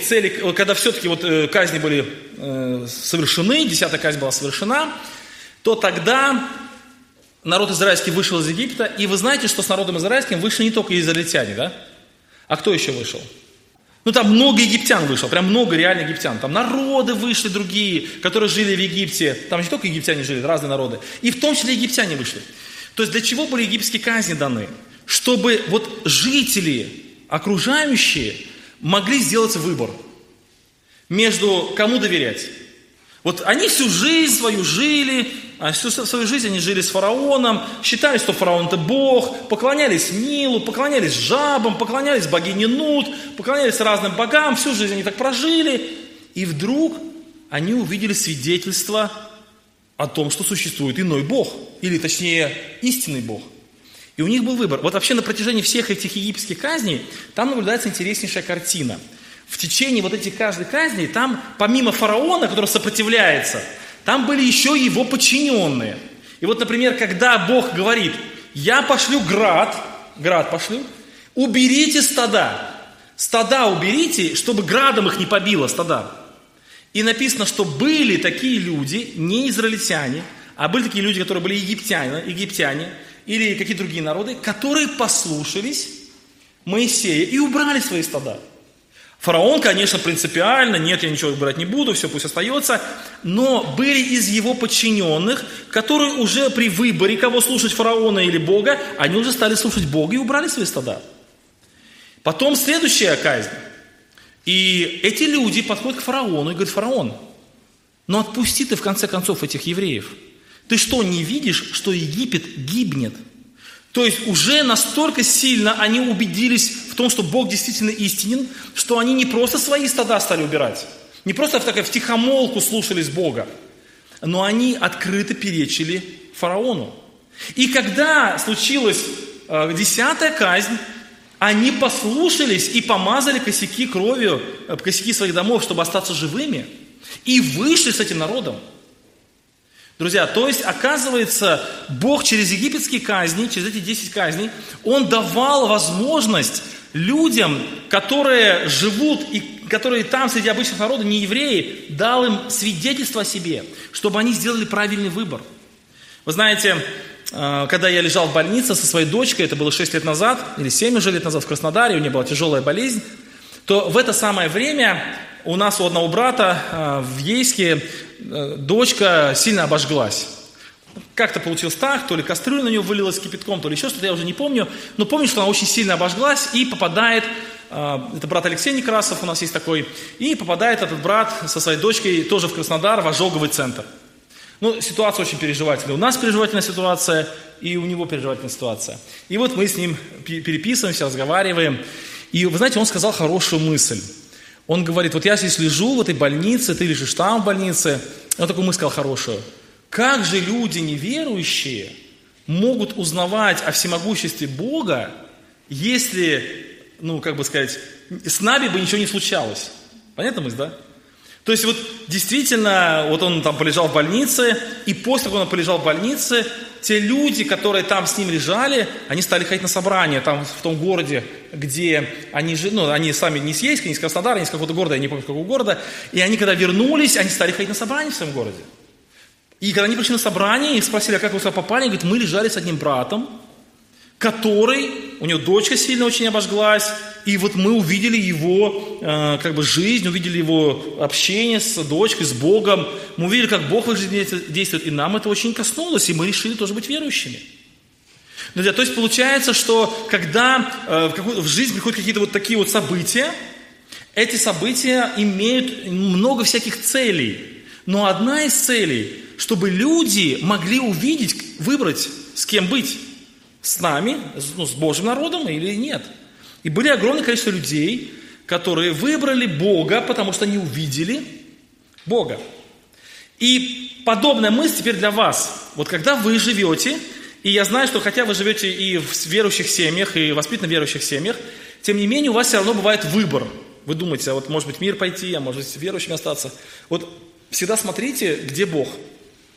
казни были совершены, 10-я казнь была совершена, то тогда народ израильский вышел из Египта, и вы знаете, что с народом израильским вышли не только израильтяне, да? А кто еще вышел? Там много египтян вышло, прям много реально египтян. Там народы вышли другие, которые жили в Египте. Там не только египтяне жили, разные народы. И в том числе египтяне вышли. То есть для чего были египетские казни даны? Чтобы жители, окружающие, могли сделать выбор между кому доверять. Они всю жизнь свою жили, всю свою жизнь они жили с фараоном, считали, что фараон это Бог, поклонялись Нилу, поклонялись жабам, поклонялись богине Нут, поклонялись разным богам, всю жизнь они так прожили, и вдруг они увидели свидетельство о том, что существует иной Бог, или точнее истинный Бог. И у них был выбор. Вообще на протяжении всех этих египетских казней там наблюдается интереснейшая картина. В течение этих каждой казни, там помимо фараона, который сопротивляется, там были еще его подчиненные. И например, когда Бог говорит, я пошлю град пошлю, уберите стада уберите, чтобы градом их не побило стада. И написано, что были такие люди, не израильтяне, а были такие люди, которые были египтяне или какие-то другие народы, которые послушались Моисея и убрали свои стада. Фараон, конечно, принципиально, нет, я ничего убирать не буду, все пусть остается, но были из его подчиненных, которые уже при выборе, кого слушать, фараона или Бога, они уже стали слушать Бога и убрали свои стада. Потом следующая казнь. И эти люди подходят к фараону и говорят, фараон, отпусти ты в конце концов этих евреев. Ты что, не видишь, что Египет гибнет? То есть уже настолько сильно они убедились в том, что Бог действительно истинен, что они не просто свои стада стали убирать, не просто втихомолку слушались Бога, но они открыто перечили фараону. И когда случилась 10-я казнь, они послушались и помазали косяки кровью, косяки своих домов, чтобы остаться живыми, и вышли с этим народом. Друзья, то есть, оказывается, Бог через египетские казни, через эти 10 казней, Он давал возможность людям, которые живут и которые там среди обычных народов, не евреи, дал им свидетельство о себе, чтобы они сделали правильный выбор. Вы знаете, когда я лежал в больнице со своей дочкой, это было 6 лет назад, или 7 уже лет назад в Краснодаре, у нее была тяжелая болезнь, то в это самое время у нас у одного брата в Ейске дочка сильно обожглась. Как-то получилось так, то ли кастрюля на нее вылилась кипятком, то ли еще что-то, я уже не помню. Но помню, что она очень сильно обожглась и попадает, это брат Алексей Некрасов у нас есть такой, и попадает этот брат со своей дочкой тоже в Краснодар, в ожоговый центр. Ситуация очень переживательная. У нас переживательная ситуация, и у него переживательная ситуация. И мы с ним переписываемся, разговариваем. И вы знаете, он сказал хорошую мысль. Он говорит, я здесь лежу в этой больнице, ты лежишь там в больнице. Он такую мысль сказал хорошую. Как же люди неверующие могут узнавать о всемогуществе Бога, если, с нами бы ничего не случалось? Понятна мысль, да? То есть действительно, он там полежал в больнице, и после того, как он полежал в больнице, те люди, которые там с ним лежали, они стали ходить на собрания там в том городе, где они жили, они сами не с Ейска, не с Краснодара, не с какого-то города, я не помню, с какого города, и они когда вернулись, они стали ходить на собрания в своем городе. И когда они пришли на собрание, их спросили, а как вы сюда попали, они говорят, мы лежали с одним братом, у него дочка сильно очень обожглась, и мы увидели его жизнь, увидели его общение с дочкой, с Богом, мы увидели, как Бог в их жизни действует, и нам это очень коснулось, и мы решили тоже быть верующими. Друзья, то есть получается, что когда в жизнь приходят какие-то такие события, эти события имеют много всяких целей, но одна из целей, чтобы люди могли увидеть, выбрать, с кем быть. С нами, с Божьим народом или нет. И были огромное количество людей, которые выбрали Бога, потому что они увидели Бога. И подобная мысль теперь для вас. Когда вы живете, и я знаю, что хотя вы живете и в верующих семьях, и воспитанно верующих семьях, тем не менее у вас все равно бывает выбор. Вы думаете, может быть в мир пойти, а может быть верующими остаться. Всегда смотрите, где Бог.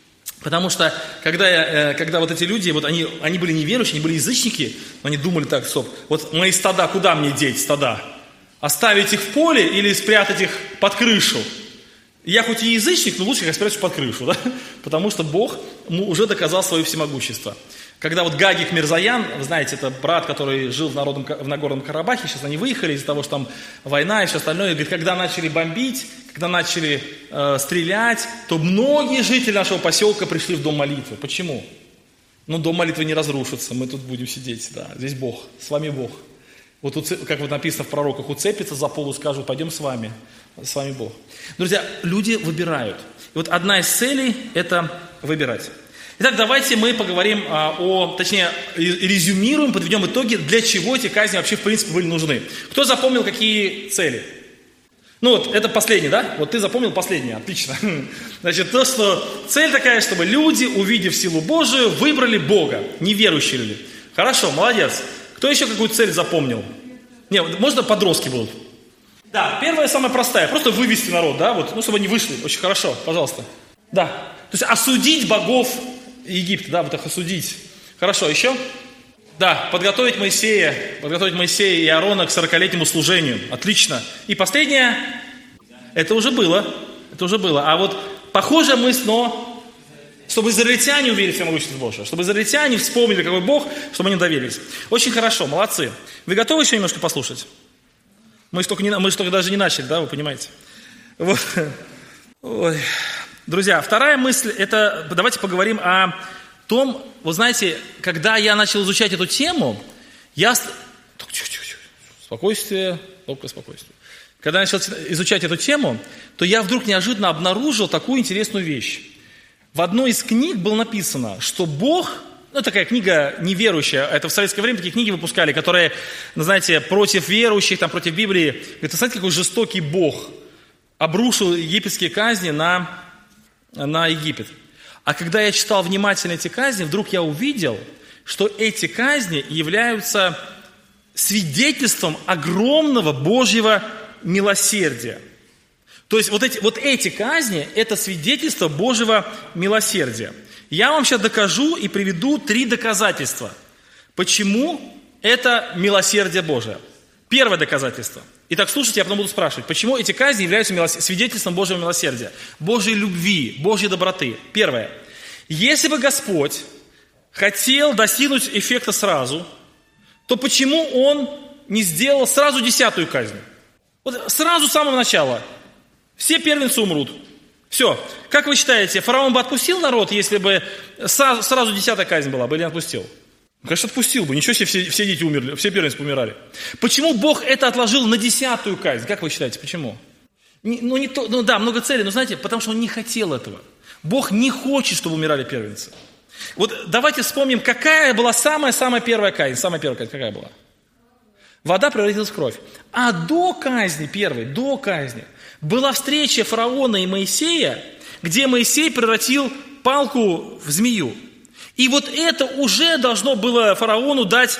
Потому что, когда вот эти люди, вот они были неверующие, они были язычники, но они думали так, стоп, вот мои стада, куда мне деть стада? Оставить их в поле или спрятать их под крышу? Я хоть и язычник, но лучше их спрятать под крышу, да? Потому что Бог уже доказал свое всемогущество. Когда вот Гагик Мирзаян, вы знаете, это брат, который жил в Нагорном Карабахе, сейчас они выехали из-за того, что там война и все остальное, говорит, когда начали бомбить, когда начали стрелять, то многие жители нашего поселка пришли в дом молитвы. Почему? Ну, дом молитвы не разрушится, мы тут будем сидеть, да, здесь Бог, с вами Бог. Вот как вот написано в пророках, уцепится за полу, скажут, пойдем с вами Бог. Друзья, люди выбирают. И вот одна из целей – это выбирать. Итак, давайте мы поговорим точнее, резюмируем, подведем итоги, для чего эти казни вообще в принципе были нужны. Кто запомнил, какие цели? Ну вот, это последний, да? Вот ты запомнил последний, отлично. Значит, то, что цель такая, чтобы люди, увидев силу Божию, выбрали Бога, неверующие люди. Хорошо, молодец. Кто еще какую цель запомнил? Не, можно подростки будут? Да, первая самая простая, просто вывести народ, да, вот, чтобы они вышли. Очень хорошо, пожалуйста. Да, то есть осудить богов Египта, да, вот их осудить. Хорошо, еще? Да, подготовить Моисея и Аарона к 40-летнему служению. Отлично. И последнее, это уже было. А вот похожая мысль, но чтобы израильтяне увидели всемогущество Божие, чтобы израильтяне вспомнили, какой Бог, чтобы они доверились. Очень хорошо, молодцы. Вы готовы еще немножко послушать? Мы же только даже не начали, да, вы понимаете? Вот. Ой. Друзья, вторая мысль, это давайте поговорим о том, вы знаете, когда я начал изучать эту тему, спокойствие, только спокойствие. Когда я начал изучать эту тему, то я вдруг неожиданно обнаружил такую интересную вещь. В одной из книг было написано, что Бог, такая книга неверующая, это в советское время такие книги выпускали, которые, знаете, против верующих, там, против Библии. Говорит, смотрите, какой жестокий Бог обрушил египетские казни на Египет. А когда я читал внимательно эти казни, вдруг я увидел, что эти казни являются свидетельством огромного Божьего милосердия. То есть вот эти казни – это свидетельство Божьего милосердия. Я вам сейчас докажу и приведу 3 доказательства, почему это милосердие Божие. Первое доказательство. Итак, слушайте, я потом буду спрашивать, почему эти казни являются свидетельством Божьего милосердия, Божьей любви, Божьей доброты. Первое. Если бы Господь хотел достигнуть эффекта сразу, то почему Он не сделал сразу 10-ю казнь? Вот сразу с самого начала. Все первенцы умрут. Все. Как вы считаете, фараон бы отпустил народ, если бы сразу 10-я казнь была бы, или не отпустил? Конечно, отпустил бы. Ничего себе, все дети умерли, все первенцы помирали. Почему Бог это отложил на 10-ю казнь? Как вы считаете, почему? Да, много целей, но знаете, потому что Он не хотел этого. Бог не хочет, чтобы умирали первенцы. Вот давайте вспомним, какая была самая первая казнь. Самая первая казнь какая была? Вода превратилась в кровь. А до казни была встреча фараона и Моисея, где Моисей превратил палку в змею. И вот это уже должно было фараону дать,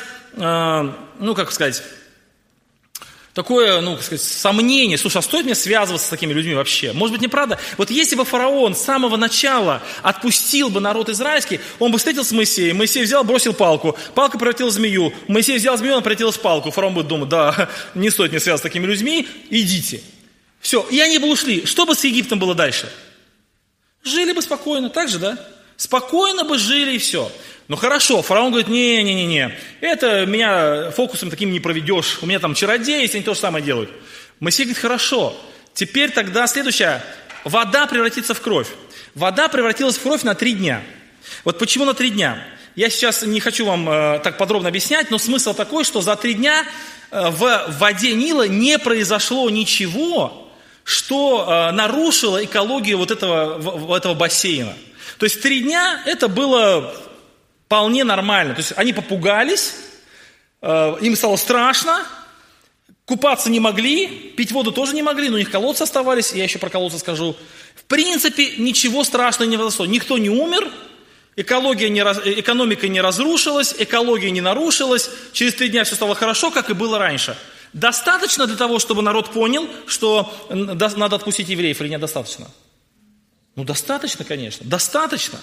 такое, сомнение. Слушай, а стоит мне связываться с такими людьми вообще? Может быть, неправда? Вот если бы фараон с самого начала отпустил бы народ израильский, он бы встретился с Моисеем. Моисей взял, бросил палку. Палка превратилась в змею. Моисей взял змею, она превратилась в палку. Фараон будет думать, да, не стоит мне связываться с такими людьми, идите. Все, и они бы ушли. Что бы с Египтом было дальше? Жили бы спокойно, так же, да? Спокойно бы жили и все. Ну хорошо, фараон говорит, не, это меня фокусом таким не проведешь, у меня там чародеи, если они то же самое делают. Моисей говорит, хорошо, теперь тогда следующее, вода превратится в кровь. Вода превратилась в кровь на 3 дня. Вот почему на 3 дня? Я сейчас не хочу вам так подробно объяснять, но смысл такой, что за 3 дня в воде Нила не произошло ничего, что нарушило экологию вот этого бассейна. То есть 3 дня это было вполне нормально. То есть они попугались, им стало страшно, купаться не могли, пить воду тоже не могли, но у них колодцы оставались, я еще про колодцы скажу. В принципе, ничего страшного не произошло. Никто не умер, экономика не разрушилась, экология не нарушилась, через 3 дня все стало хорошо, как и было раньше. Достаточно для того, чтобы народ понял, что надо отпустить евреев, или недостаточно? Ну, достаточно, конечно, достаточно.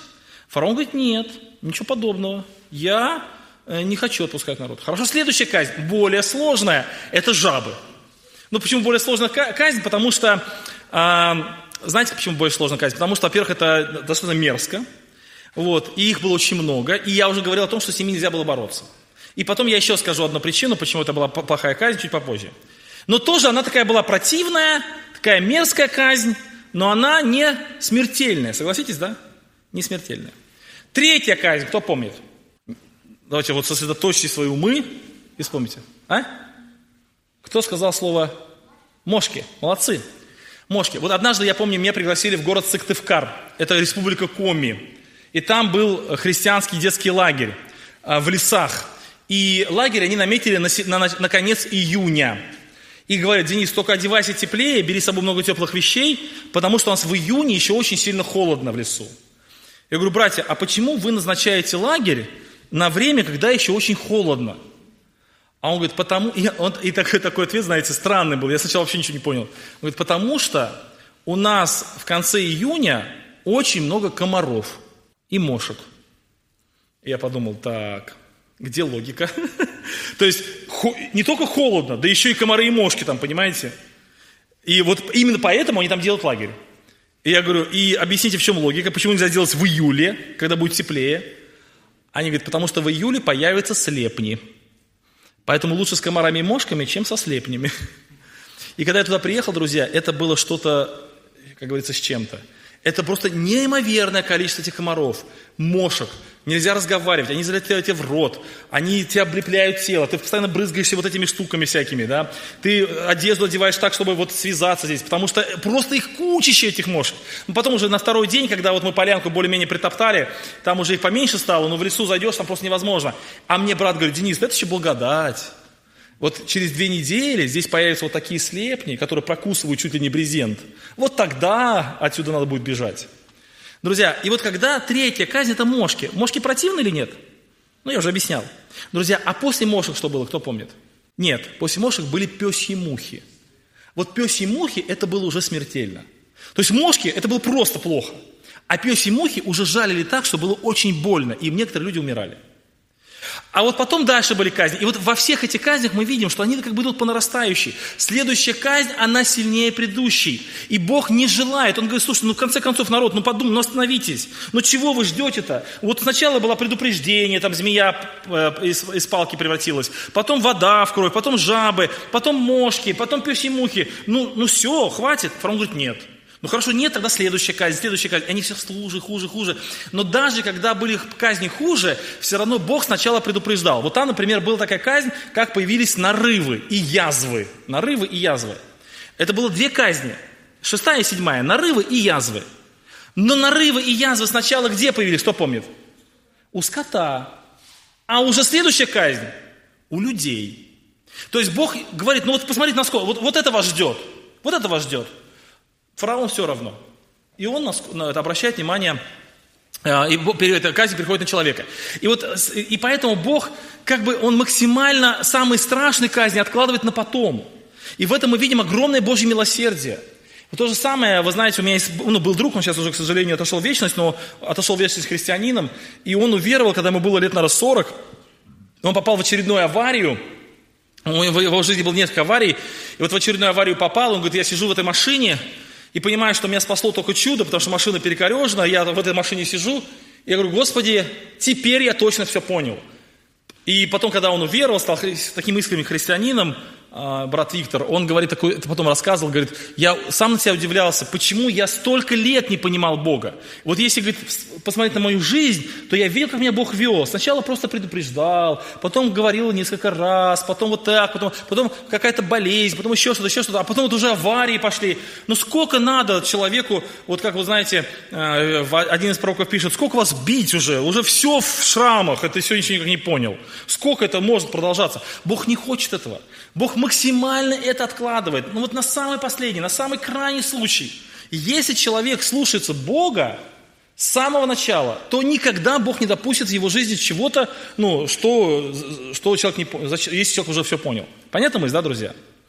Фараон говорит, нет, ничего подобного. Я не хочу отпускать народ. Хорошо, следующая казнь, более сложная, это жабы. Ну, почему более сложная казнь? Потому что, знаете, почему более сложная казнь? Потому что, во-первых, это достаточно мерзко, вот, и их было очень много, и я уже говорил о том, что с ними нельзя было бороться. И потом я еще скажу одну причину, почему это была плохая казнь, чуть попозже. Но тоже она такая была противная, такая мерзкая казнь, но она не смертельная, согласитесь, да? Не смертельная. Третья казнь, кто помнит? Давайте вот сосредоточьте свои умы и вспомните. Кто сказал слово мошки? Молодцы. Мошки. Вот однажды, я помню, меня пригласили в город Сыктывкар. Это республика Коми. И там был христианский детский лагерь в лесах. И лагерь они наметили на конец июня. И говорят, Денис, только одевайся теплее, бери с собой много теплых вещей, потому что у нас в июне еще очень сильно холодно в лесу. Я говорю, братья, а почему вы назначаете лагерь на время, когда еще очень холодно? А он говорит, потому... И такой ответ, знаете, странный был. Я сначала вообще ничего не понял. Он говорит, потому что у нас в конце июня очень много комаров и мошек. И я подумал, так, где логика? То есть не только холодно, да еще и комары и мошки там, понимаете? И вот именно поэтому они там делают лагерь. И я говорю, и объясните, в чем логика, почему нельзя делать в июле, когда будет теплее? Они говорят, потому что в июле появятся слепни. Поэтому лучше с комарами и мошками, чем со слепнями. И когда я туда приехал, друзья, это было что-то, как говорится, с чем-то. Это просто неимоверное количество этих комаров, мошек. Нельзя разговаривать, они залетают тебе в рот, они тебя облепляют тело, ты постоянно брызгаешься вот этими штуками всякими, да. Ты одежду одеваешь так, чтобы вот связаться здесь, потому что просто их кучище этих мошек. Но потом уже на второй день, когда вот мы полянку более-менее притоптали, там уже их поменьше стало, но в лесу зайдешь, там просто невозможно. А мне брат говорит, Денис, это еще благодать. Вот через 2 недели здесь появятся вот такие слепни, которые прокусывают чуть ли не брезент. Вот тогда отсюда надо будет бежать. Друзья, и вот когда третья казнь, это мошки. Мошки противны или нет? Ну, я уже объяснял. Друзья, а после мошек что было, кто помнит? Нет, после мошек были пёсьи мухи. Вот пёсьи мухи, это было уже смертельно. То есть мошки, это было просто плохо. А пёсьи мухи уже жалили так, что было очень больно, и некоторые люди умирали. А вот потом дальше были казни. И вот во всех этих казнях мы видим, что они как бы идут по нарастающей. Следующая казнь, она сильнее предыдущей. И Бог не желает. Он говорит, слушай, ну в конце концов, народ, ну подумай, ну остановитесь. Ну чего вы ждете-то? Вот сначала было предупреждение, там змея из палки превратилась. Потом вода в кровь, потом жабы, потом мошки, потом пёсьи мухи. Ну все, хватит. Фараон говорит, нет. Ну хорошо, нет, тогда следующая казнь. Они все хуже. Но даже когда были казни хуже, все равно Бог сначала предупреждал. Вот там, например, была такая казнь, как появились нарывы и язвы. Нарывы и язвы. Это было 2 казни. 6 и 7. Нарывы и язвы. Но нарывы и язвы сначала где появились, кто помнит? У скота. А уже следующая казнь у людей. То есть Бог говорит, ну вот посмотрите, насколько, вот это вас ждет. Вот это вас ждет. Фараон все равно. И он обращает внимание, и эта казнь приходит на человека. И поэтому Бог, как бы, он максимально самые страшные казни откладывает на потом. И в этом мы видим огромное Божье милосердие. И то же самое, вы знаете, у меня был друг, он сейчас уже, к сожалению, отошел в вечность, но отошел в вечность христианином, и он уверовал, когда ему было лет, наверное, 40, он попал в очередную аварию. В его жизни было несколько аварий, и вот в очередную аварию попал, он говорит, я сижу в этой машине, и понимаю, что меня спасло только чудо, потому что машина перекорежена, я в этой машине сижу, и я говорю, Господи, теперь я точно все понял. И потом, когда он уверовал, стал таким искренним христианином, брат Виктор, он говорит, потом рассказывал, говорит, я сам на себя удивлялся, почему я столько лет не понимал Бога. Вот если, говорит, посмотреть на мою жизнь, то я видел, как меня Бог вел. Сначала просто предупреждал, потом говорил несколько раз, потом вот так, потом какая-то болезнь, потом еще что-то, а потом вот уже аварии пошли. Ну сколько надо человеку, вот как вы знаете, один из пророков пишет, сколько вас бить уже все в шрамах, это все ничего никак не понял. Сколько это может продолжаться? Бог не хочет этого. Бог максимально это откладывает. Ну вот на самый последний, на самый крайний случай. Если человек слушается Бога с самого начала, то никогда Бог не допустит в его жизни чего-то, что человек не понял, если человек уже все понял. Понятно мысль, да, друзья?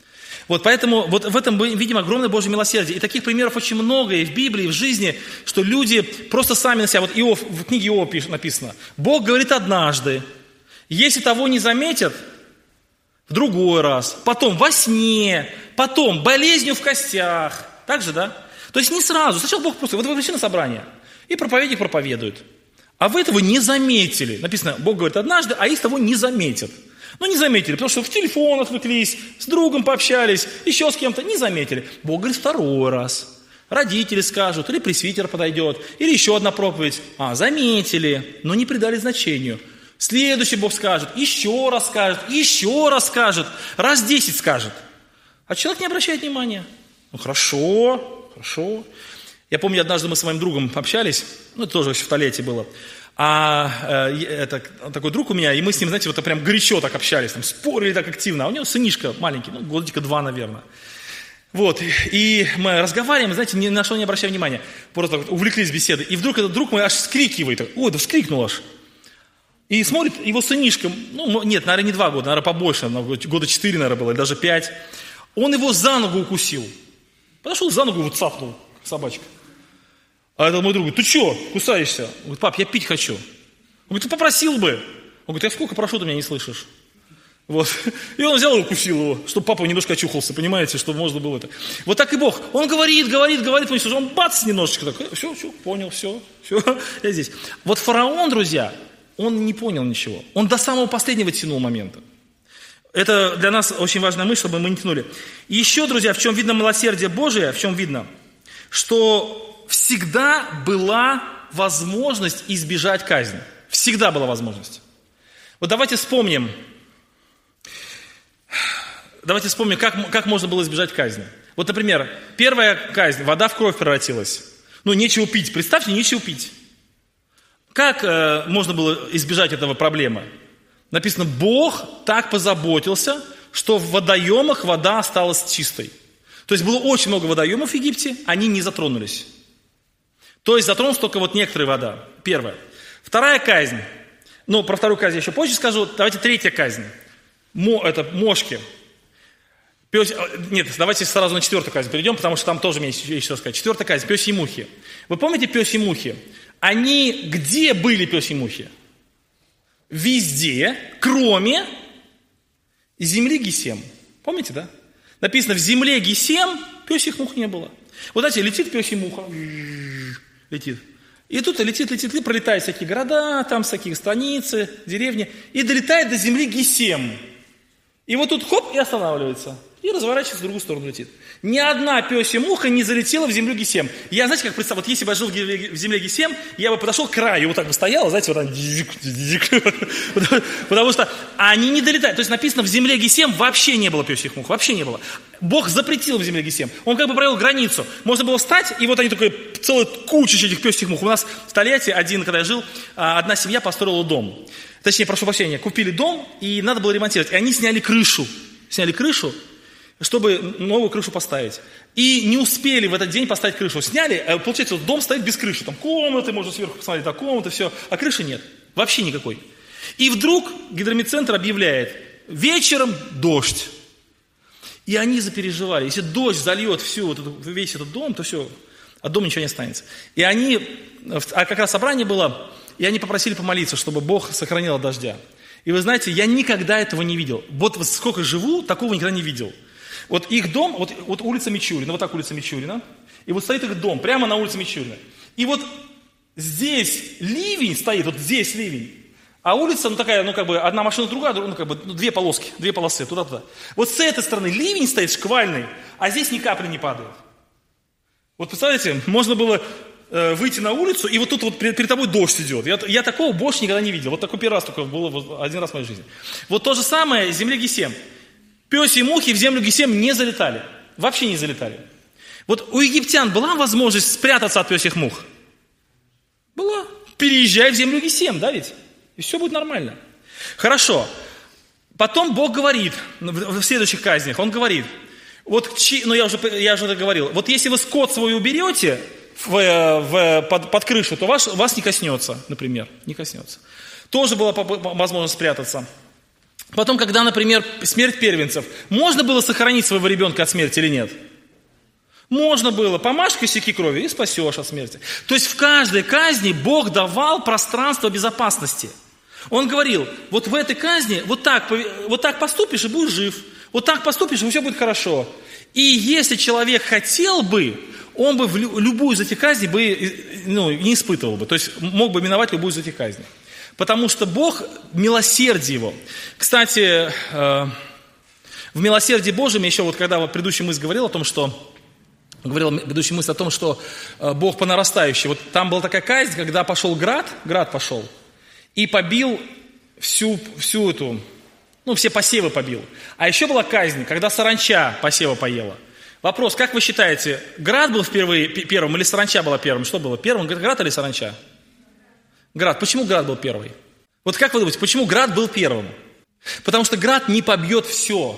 Вот поэтому вот в этом мы видим огромное Божье милосердие. И таких примеров очень много и в Библии, и в жизни, что люди просто сами на себя, вот Иов, в книге Иова написано, Бог говорит однажды, если того не заметят, в другой раз, потом во сне, потом болезнью в костях. Так же, да? То есть не сразу. Сначала Бог просто, вот вы пришли на собрание, и проповедник проповедует. А вы этого не заметили. Написано, Бог говорит однажды, а их того не заметят. Ну, не заметили, потому что в телефон отвлеклись, с другом пообщались, еще с кем-то, не заметили. Бог говорит второй раз. Родители скажут, или пресвитер подойдет, или еще одна проповедь. Заметили, но не придали значению. Следующий Бог скажет, еще раз скажет, раз 10 скажет. А человек не обращает внимания. Ну, хорошо. Я помню, однажды мы с моим другом общались, это тоже еще в Толете было. Это такой друг у меня, и мы с ним, знаете, вот прям горячо так общались, там, спорили так активно. А у него сынишка маленький, годика 2, наверное. Вот, и мы разговариваем, знаете, ни на что не обращаем внимания. Просто увлеклись беседой. И вдруг этот друг мой аж вскрикивает. Ой, да вскрикнул аж. И смотрит, его сынишка, нет, наверное, не 2 года, наверное, побольше, года 4, наверное, было, или даже 5. Он его за ногу укусил. Подошел за ногу, вот цапнул, собачка. А этот мой друг говорит, ты что, кусаешься? Он говорит, пап, я пить хочу. Он говорит, ты попросил бы. Он говорит, я сколько прошу, ты меня не слышишь. Вот. И он взял и укусил его, чтобы папа немножко очухался, понимаете, чтобы можно было это. Вот так и Бог. Он говорит, понимаете, он бац, немножечко так, все, понял, все, я здесь. Вот фараон, друзья, он не понял ничего. Он до самого последнего тянул момента. Это для нас очень важная мысль, чтобы мы не тянули. И еще, друзья, в чем видно милосердие Божие, в чем видно, что всегда была возможность избежать казни. Всегда была возможность. Вот давайте вспомним, как можно было избежать казни. Вот, например, первая казнь, вода в кровь превратилась. Нечего пить. Представьте, нечего пить. Как можно было избежать этого проблемы? Написано, Бог так позаботился, что в водоемах вода осталась чистой. То есть было очень много водоемов в Египте, они не затронулись. То есть затронулась только вот некоторая вода. Первая. Вторая казнь. Про вторую казнь я еще позже скажу. Давайте третья казнь. Это мошки. Нет, давайте сразу на 4-ю казнь перейдем, потому что там тоже мне есть что сказать. 4-я казнь. Пёсьи мухи. Вы помните пёсьи мухи? Они где были пёсьи мухи? Везде, кроме земли Гесем. Помните, да? Написано, в земле Гесем пёсьих мух не было. Вот знаете, летит пёсья муха, летит. И тут летит, и пролетают всякие города, там всякие станицы, деревни, и долетает до земли Гесем. И вот тут хоп, и останавливается. И разворачивается, в другую сторону летит. Ни одна пёсья муха не залетела в землю Гесем. Я, знаете, как представил, вот если бы я жил в земле Гесем, я бы подошел к краю, вот так бы стоял, знаете, вот там, потому что они не долетают. То есть написано, в земле Гесем вообще не было пёсьих мух, вообще не было. Бог запретил в земле Гесем. Он как бы провел границу. Можно было встать, и вот они такой, целая куча этих пёсьих мух. У нас в Тольятти, когда я жил, одна семья построила дом. Точнее, прошу прощения, купили дом, и надо было ремонтировать. И они сняли крышу, чтобы новую крышу поставить. И не успели в этот день поставить крышу. Сняли, получается, вот дом стоит без крыши. Там комнаты, можно сверху посмотреть, там комнаты, все. А крыши нет. Вообще никакой. И вдруг гидромедцентр объявляет, вечером дождь. И они запереживали. Если дождь зальет весь этот дом, то все, от дома ничего не останется. И как раз собрание было, и они попросили помолиться, чтобы Бог сохранил от дождя. И вы знаете, я никогда этого не видел. Вот сколько живу, такого никогда не видел. Вот их дом, вот улица Мичурина, вот так улица Мичурина, и вот стоит их дом прямо на улице Мичурина. И вот здесь ливень стоит, вот здесь ливень, а улица, такая, одна машина, другая, две полосы, туда-туда. Вот с этой стороны ливень стоит шквальный, а здесь ни капли не падает. Вот представляете, можно было выйти на улицу, и вот тут вот перед тобой дождь идет. Я такого больше никогда не видел. Вот такой первый раз только было один раз в моей жизни. Вот то же самое в земле Гесем. Пёсьи мухи в землю Гесем не залетали. Вообще не залетали. Вот у египтян была возможность спрятаться от пёсьих мух? Была. Переезжай в землю Гесем, да ведь? И все будет нормально. Хорошо. Потом Бог говорит в следующих казнях, Он говорит, я уже это говорил, вот если вы скот свой уберете под крышу, то вас не коснется, например, не коснется. Тоже была возможность спрятаться. Потом, когда, например, смерть первенцев, можно было сохранить своего ребенка от смерти или нет? Можно было. Помажь косяки крови и спасешь от смерти. То есть в каждой казни Бог давал пространство безопасности. Он говорил, вот в этой казни вот так поступишь и будешь жив. Вот так поступишь, и все будет хорошо. И если человек хотел бы, он бы любую из этих казней не испытывал бы. То есть мог бы миновать любую из этих казней. Потому что Бог, милосердие Его. Кстати, в милосердии Божьем, еще вот когда предыдущая мысль говорил о том, что Бог по нарастающей. Вот там была такая казнь, когда пошел град пошел, и побил всю эту, все посевы побил. А еще была казнь, когда саранча посева поела. Вопрос, как вы считаете, град был первым или саранча была первым? Что было первым, град или саранча? Град. Почему град был первый? Вот как вы думаете, почему град был первым? Потому что град не побьет все,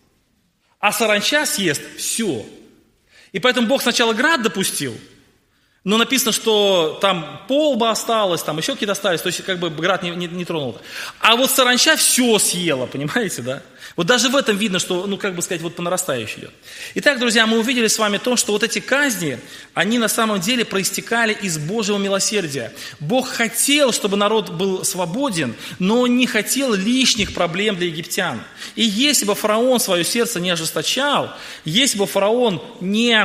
а саранча съест все. И поэтому Бог сначала град допустил, но написано, что там полба осталось, там еще какие-то остались, то есть как бы град не тронул. А вот саранча все съела, понимаете, да? Вот даже в этом видно, что, вот по нарастающей идет. Итак, друзья, мы увидели с вами то, что вот эти казни, они на самом деле проистекали из Божьего милосердия. Бог хотел, чтобы народ был свободен, но он не хотел лишних проблем для египтян. И если бы фараон свое сердце не ожесточал, если бы фараон не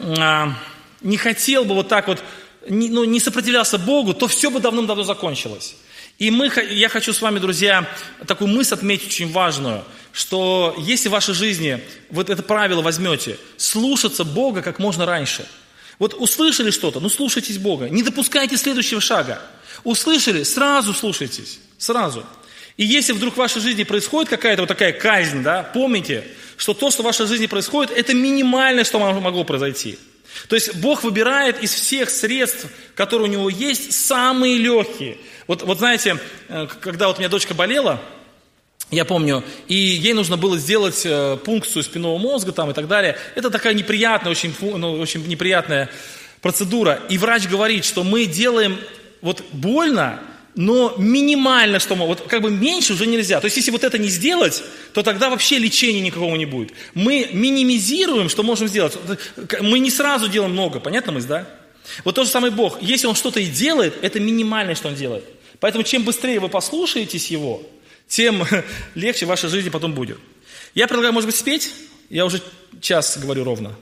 хотел бы вот так вот, не сопротивлялся Богу, то все бы давным-давно закончилось. И я хочу с вами, друзья, такую мысль отметить очень важную, что если в вашей жизни вот это правило возьмете, слушаться Бога как можно раньше. Вот услышали что-то, слушайтесь Бога, не допускайте следующего шага. Услышали, сразу слушайтесь, сразу. И если вдруг в вашей жизни происходит какая-то вот такая казнь, да, помните, что то, что в вашей жизни происходит, это минимальное, что могло произойти. То есть Бог выбирает из всех средств, которые у Него есть, самые легкие. Вот знаете, когда вот у меня дочка болела, я помню, и ей нужно было сделать пункцию спинного мозга там, и так далее. Это такая неприятная, очень неприятная процедура. И врач говорит, что мы делаем больно, но минимально, что мы, меньше уже нельзя. То есть, если вот это не сделать, то тогда вообще лечения никакого не будет. Мы минимизируем, что можем сделать. Мы не сразу делаем много, понятно мысль, да? Вот то же самое Бог. Если Он что-то и делает, это минимальное, что Он делает. Поэтому, чем быстрее вы послушаетесь Его, тем легче в вашей жизни потом будет. Я предлагаю, может быть, спеть. Я уже час говорю ровно.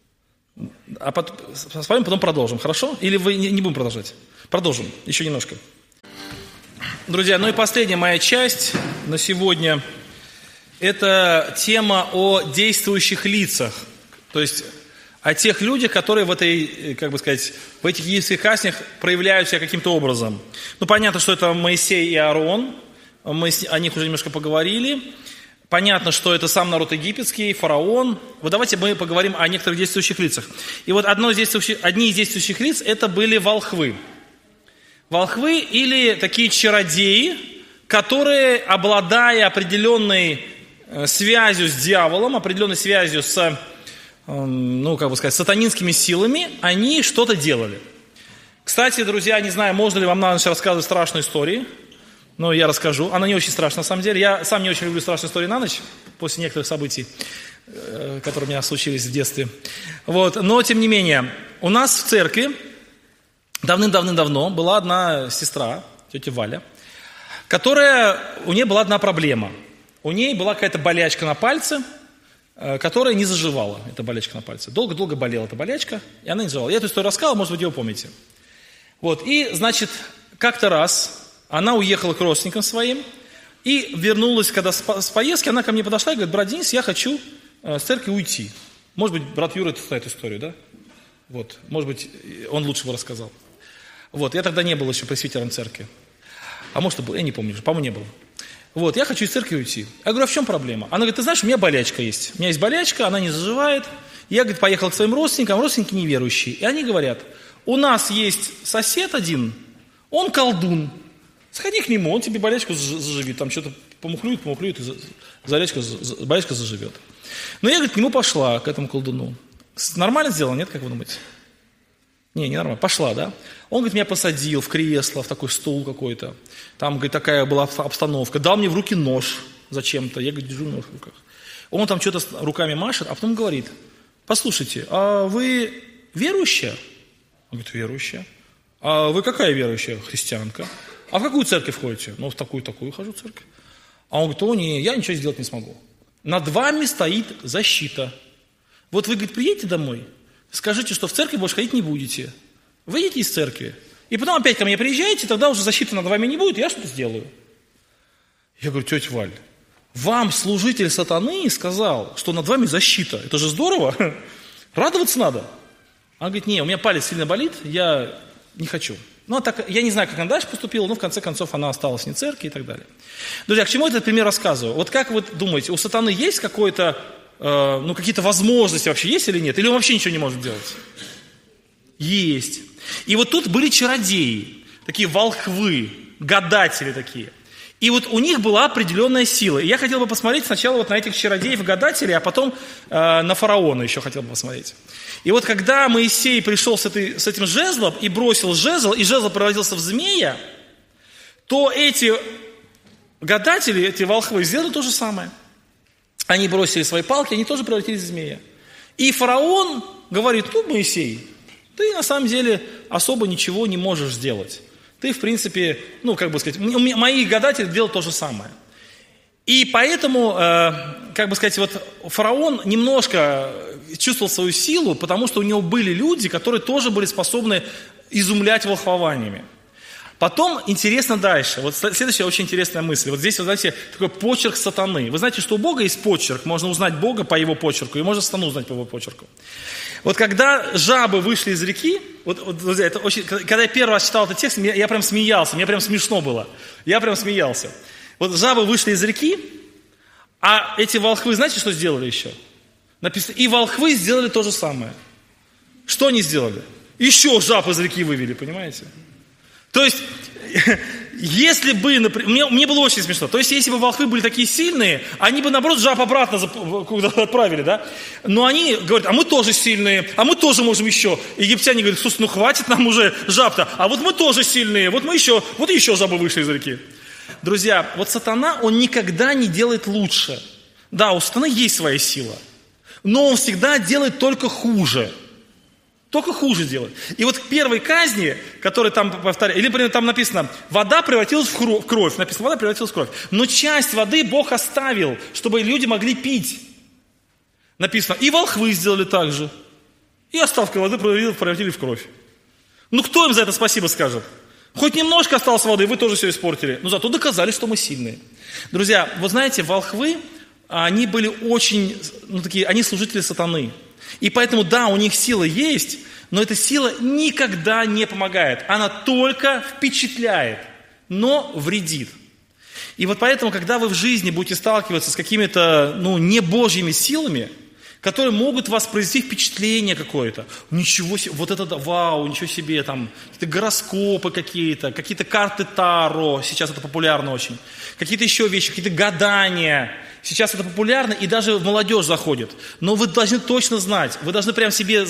А с вами потом продолжим, хорошо? Или вы не будем продолжать? Продолжим, еще немножко. Друзья, и последняя моя часть на сегодня – это тема о действующих лицах. То есть о тех людях, которые в этих египетских казнях проявляют себя каким-то образом. Понятно, что это Моисей и Аарон. Мы о них уже немножко поговорили. Понятно, что это сам народ египетский, фараон. Вот давайте мы поговорим о некоторых действующих лицах. И вот одни из действующих лиц – это были волхвы. Волхвы или такие чародеи, которые, обладая определенной связью с дьяволом, определенной связью с, сатанинскими силами, они что-то делали. Кстати, друзья, не знаю, можно ли вам на ночь рассказывать страшную историю, но я расскажу. Она не очень страшна, на самом деле. Я сам не очень люблю страшные истории на ночь, после некоторых событий, которые у меня случились в детстве. Но, тем не менее, у нас в церкви давным-давно была одна сестра, тетя Валя, у нее была одна проблема. У нее была какая-то болячка на пальце, которая не заживала, эта болячка на пальце. Долго-долго болела эта болячка, и она не заживала. Я эту историю рассказал, может быть, вы помните. И, как-то раз она уехала к родственникам своим и вернулась, когда с поездки, она ко мне подошла и говорит: брат Денис, я хочу с церкви уйти. Может быть, брат Юра знает эту историю, да? Может быть, он лучше бы рассказал. Я тогда не был еще пресвитером церкви. А может, и был, я не помню, по-моему, не был. Я хочу из церкви уйти. Я говорю: а в чем проблема? Она говорит: ты знаешь, у меня болячка есть. У меня есть болячка, она не заживает. Я, поехал к своим родственникам, родственники неверующие. И они говорят: у нас есть сосед один, он колдун. Сходи к нему, он тебе болячку заживит. Там что-то помухлюет, и болячка заживет. Но я, к нему пошла, к этому колдуну. Нормально сделала, нет, как вы думаете? Не нормально. Пошла, да? Он, меня посадил в кресло, в такой стул какой-то. Там, такая была обстановка. Дал мне в руки нож. зачем-то, я, говорю, держу нож в руках. Он там что-то руками машет, а потом говорит: послушайте, а вы верующая? Он говорит: верующая. А вы какая верующая? Христианка. А в какую церковь ходите? Ну, в такую-такую хожу церковь. А он говорит: не, я ничего сделать не смогу. Над вами стоит защита. Вот вы, говорит, приедете домой, скажите, что в церковь больше ходить не будете. Выйдите из церкви. И потом опять ко мне приезжаете, тогда уже защиты над вами не будет, я что-то сделаю. Я говорю: тетя Валь, вам служитель сатаны сказал, что над вами защита. Это же здорово. Радоваться надо. Она говорит: не, у меня палец сильно болит, я не хочу. Ну, так, я не знаю, как она дальше поступила, но в конце концов она осталась вне церкви и так далее. Друзья, к чему этот пример рассказываю? Вот как вы думаете, у сатаны есть какие-то возможности вообще есть или нет? Или он вообще ничего не может делать? Есть. И вот тут были чародеи, такие волхвы, гадатели такие. И вот у них была определенная сила. И я хотел бы посмотреть сначала вот на этих чародеев-гадателей, а потом на фараона еще хотел бы посмотреть. И вот когда Моисей пришел с этим жезлом и бросил жезл, и жезл превратился в змея, то эти гадатели, эти волхвы сделали то же самое. Они бросили свои палки, они тоже превратились в змея. И фараон говорит: ну, Моисей, ты на самом деле особо ничего не можешь сделать. Ты, в принципе, мои гадатели делают то же самое. И поэтому, фараон немножко чувствовал свою силу, потому что у него были люди, которые тоже были способны изумлять волхвованиями. Потом интересно дальше. Вот следующая очень интересная мысль. Вот здесь, вы знаете, такой почерк сатаны. Вы знаете, что у Бога есть почерк. Можно узнать Бога по его почерку, и можно сатану узнать по его почерку. Вот когда жабы вышли из реки, друзья, это очень, когда я первый раз читал этот текст, я прям смеялся, мне прям смешно было. Я прям смеялся. Вот жабы вышли из реки, а эти волхвы, знаете, что сделали еще? Написано: и волхвы сделали то же самое. Что они сделали? Еще жаб из реки вывели, понимаете? То есть, если бы, например, мне было очень смешно, то есть, если бы волхвы были такие сильные, они бы, наоборот, жаб обратно куда-то отправили, да? Но они говорят: а мы тоже сильные, а мы тоже можем еще. Египтяне говорят: слушай, ну хватит нам уже жаб-то, а вот мы тоже сильные, вот еще жабы вышли из реки. Друзья, вот сатана, он никогда не делает лучше. Да, у сатаны есть своя сила, но он всегда делает только хуже. Только хуже делает. И вот к первой казни, которая там повторяется, или, например, там написано: вода превратилась в кровь. Написано: вода превратилась в кровь. Но часть воды Бог оставил, чтобы люди могли пить. Написано: и волхвы сделали так же. И оставкой воды превратили в кровь. Ну, кто им за это спасибо скажет? Хоть немножко осталось воды, вы тоже все испортили. Но зато доказали, что мы сильные. Друзья, вот знаете, волхвы, они были очень, они служители сатаны. И поэтому, да, у них сила есть, но эта сила никогда не помогает. Она только впечатляет, но вредит. И вот поэтому, когда вы в жизни будете сталкиваться с какими-то, небожьими силами, которые могут вас произвести впечатление какое-то. Ничего себе, вот это, вау, ничего себе, там, какие-то гороскопы какие-то карты Таро, сейчас это популярно очень. Какие-то еще вещи, какие-то гадания. Сейчас это популярно и даже в молодежь заходит. Но вы должны точно знать, вы должны прям себе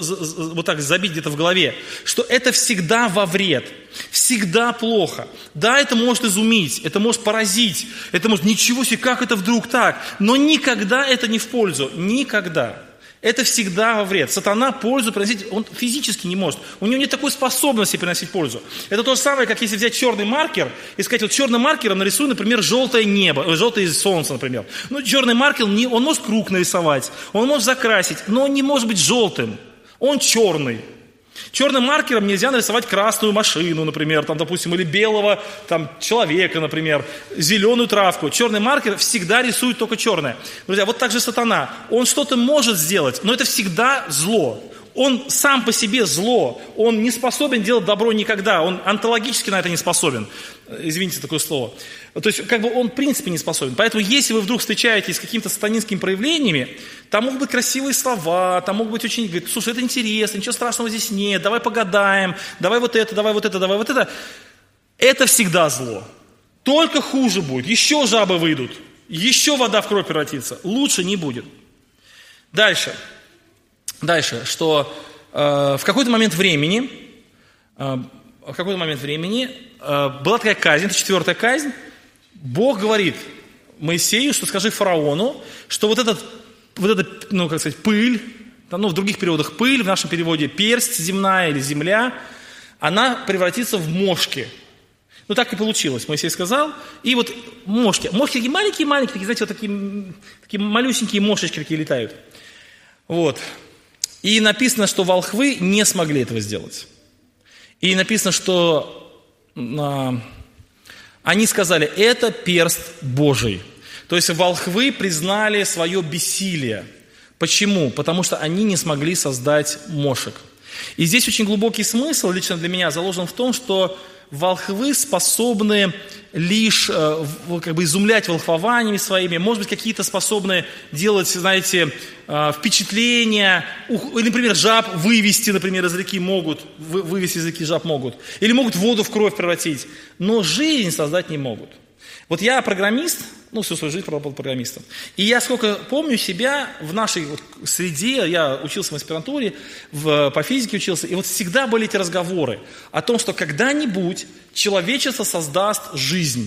вот так забить где-то в голове, что это всегда во вред, всегда плохо. Да, это может изумить, это может поразить, это может, ничего себе, как это вдруг так? Но никогда это не в пользу, никогда. Это всегда во вред. Сатана пользу приносить, он физически не может. У него нет такой способности приносить пользу. Это то же самое, как если взять черный маркер и сказать: вот черным маркером нарисуй, например, желтое небо, желтое солнце, например. Черный маркер, он может круг нарисовать, он может закрасить, но он не может быть желтым. Он черный. Черным маркером нельзя нарисовать красную машину, например, допустим, или белого человека, например, зеленую травку. Черный маркер всегда рисует только черное. Друзья, вот так же сатана. Он что-то может сделать, но это всегда зло. Он сам по себе зло. Он не способен делать добро никогда. Он онтологически на это не способен. Извините такое слово. То есть, он в принципе не способен. Поэтому, если вы вдруг встречаетесь с какими-то сатанинскими проявлениями, там могут быть красивые слова, там могут быть очень... Говорят: слушай, это интересно, ничего страшного здесь нет, давай погадаем, давай вот это, давай вот это, давай вот это. Это всегда зло. Только хуже будет. Еще жабы выйдут, еще вода в кровь превратится. Лучше не будет. Дальше, что в какой-то момент времени была такая казнь, это 4-я казнь. Бог говорит Моисею, что скажи фараону, что вот эта, пыль, в других переводах пыль, в нашем переводе персть земная или земля, она превратится в мошки. Так и получилось. Моисей сказал, и вот мошки такие маленькие-маленькие, такие, знаете, вот такие малюсенькие мошечки такие летают. Вот. И написано, что волхвы не смогли этого сделать. И написано, что они сказали, это перст Божий. То есть волхвы признали свое бессилие. Почему? Потому что они не смогли создать мошек. И здесь очень глубокий смысл, лично для меня, заложен в том, что волхвы способны лишь изумлять волхвованиями своими, может быть, какие-то способны делать, знаете, впечатления, или, например, жаб вывести, например, из реки могут, вывести из реки жаб могут, или могут воду в кровь превратить, но жизнь создать не могут. Вот я программист, всю свою жизнь работал программистом. И я сколько помню себя в нашей среде, я учился в аспирантуре, по физике учился, и вот всегда были эти разговоры о том, что когда-нибудь человечество создаст жизнь.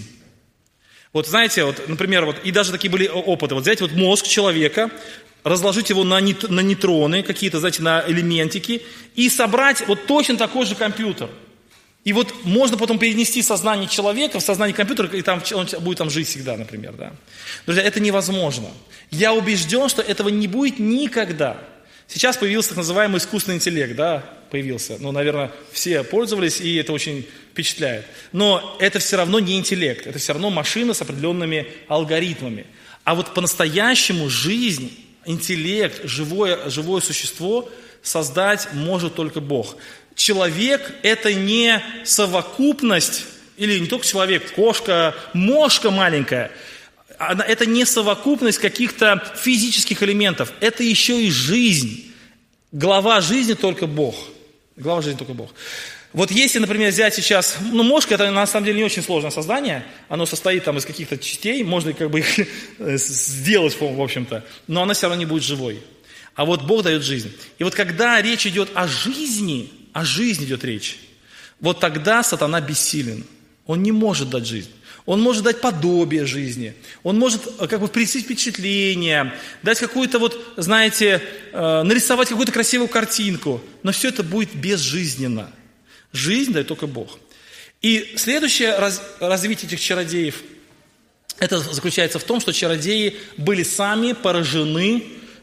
Вот знаете, например, и даже такие были опыты. Вот взять мозг человека, разложить его на нейтроны, какие-то, знаете, на элементики, и собрать точно такой же компьютер. И можно потом перенести сознание человека в сознание компьютера, и он будет там жить всегда, например. Да? Друзья, это невозможно. Я убежден, что этого не будет никогда. Сейчас появился так называемый искусственный интеллект, да, появился. Наверное, все пользовались, и это очень впечатляет. Но это все равно не интеллект, это все равно машина с определенными алгоритмами. А по-настоящему жизнь, интеллект, живое существо создать может только Бог. Человек – это не совокупность, или не только человек, кошка, мошка маленькая. Это не совокупность каких-то физических элементов. Это еще и жизнь. Глава жизни только Бог. Глава жизни только Бог. Если, например, взять сейчас... мошка – это на самом деле не очень сложное создание. Оно состоит из каких-то частей. Можно их сделать, в общем-то. Но она все равно не будет живой. А Бог дает жизнь. И когда речь идет о жизни идет речь, тогда сатана бессилен. Он не может дать жизнь. Он может дать подобие жизни. Он может привести впечатление, дать какую-то, знаете, нарисовать какую-то красивую картинку. Но все это будет безжизненно. Жизнь дает только Бог. И следующее развитие этих чародеев, это заключается в том, что чародеи были сами поражены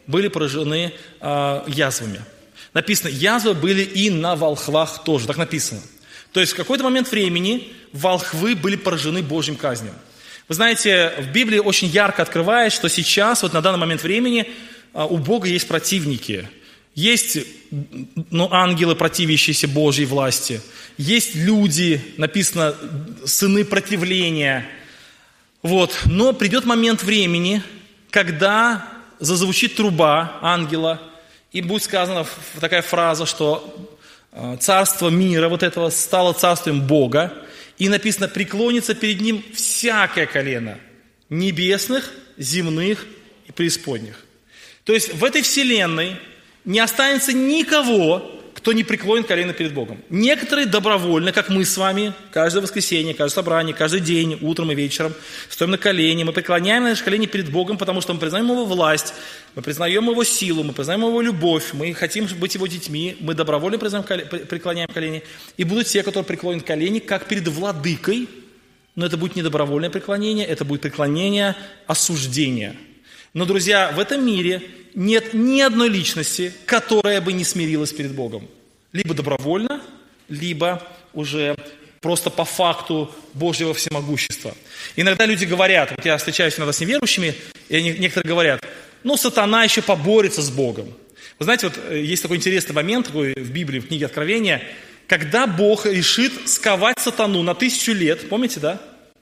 язвами. Написано, язвы были и на волхвах тоже, так написано. То есть в какой-то момент времени волхвы были поражены Божьим казнью. Вы знаете, в Библии очень ярко открывает, что сейчас, на данный момент времени, у Бога есть противники. Есть ангелы, противящиеся Божьей власти. Есть люди, написано, сыны противления. Но придет момент времени, когда зазвучит труба ангела, и будет сказана такая фраза, что царство мира этого стало царством Бога, и написано, преклонится перед ним всякое колено небесных, земных и преисподних. То есть в этой вселенной не останется никого, кто не преклонит колено перед Богом. Некоторые добровольно, как мы с вами, каждое воскресенье, каждое собрание, каждый день, утром и вечером, стоим на колени, мы преклоняем наши колени перед Богом, потому что мы признаем Его власть, мы признаем Его силу, мы признаем Его любовь, мы хотим быть Его детьми, мы добровольно преклоняем колени. И будут те, которые преклонят колени, как перед владыкой, но это будет не добровольное преклонение, это будет преклонение осуждения. Но, друзья, в этом мире нет ни одной личности, которая бы не смирилась перед Богом. Либо добровольно, либо уже просто по факту Божьего всемогущества. Иногда люди говорят, я встречаюсь иногда с неверующими, и некоторые говорят, сатана еще поборется с Богом. Вы знаете, есть такой интересный момент в Библии, в книге Откровения, когда Бог решит сковать сатану на 1000 лет, помните, да?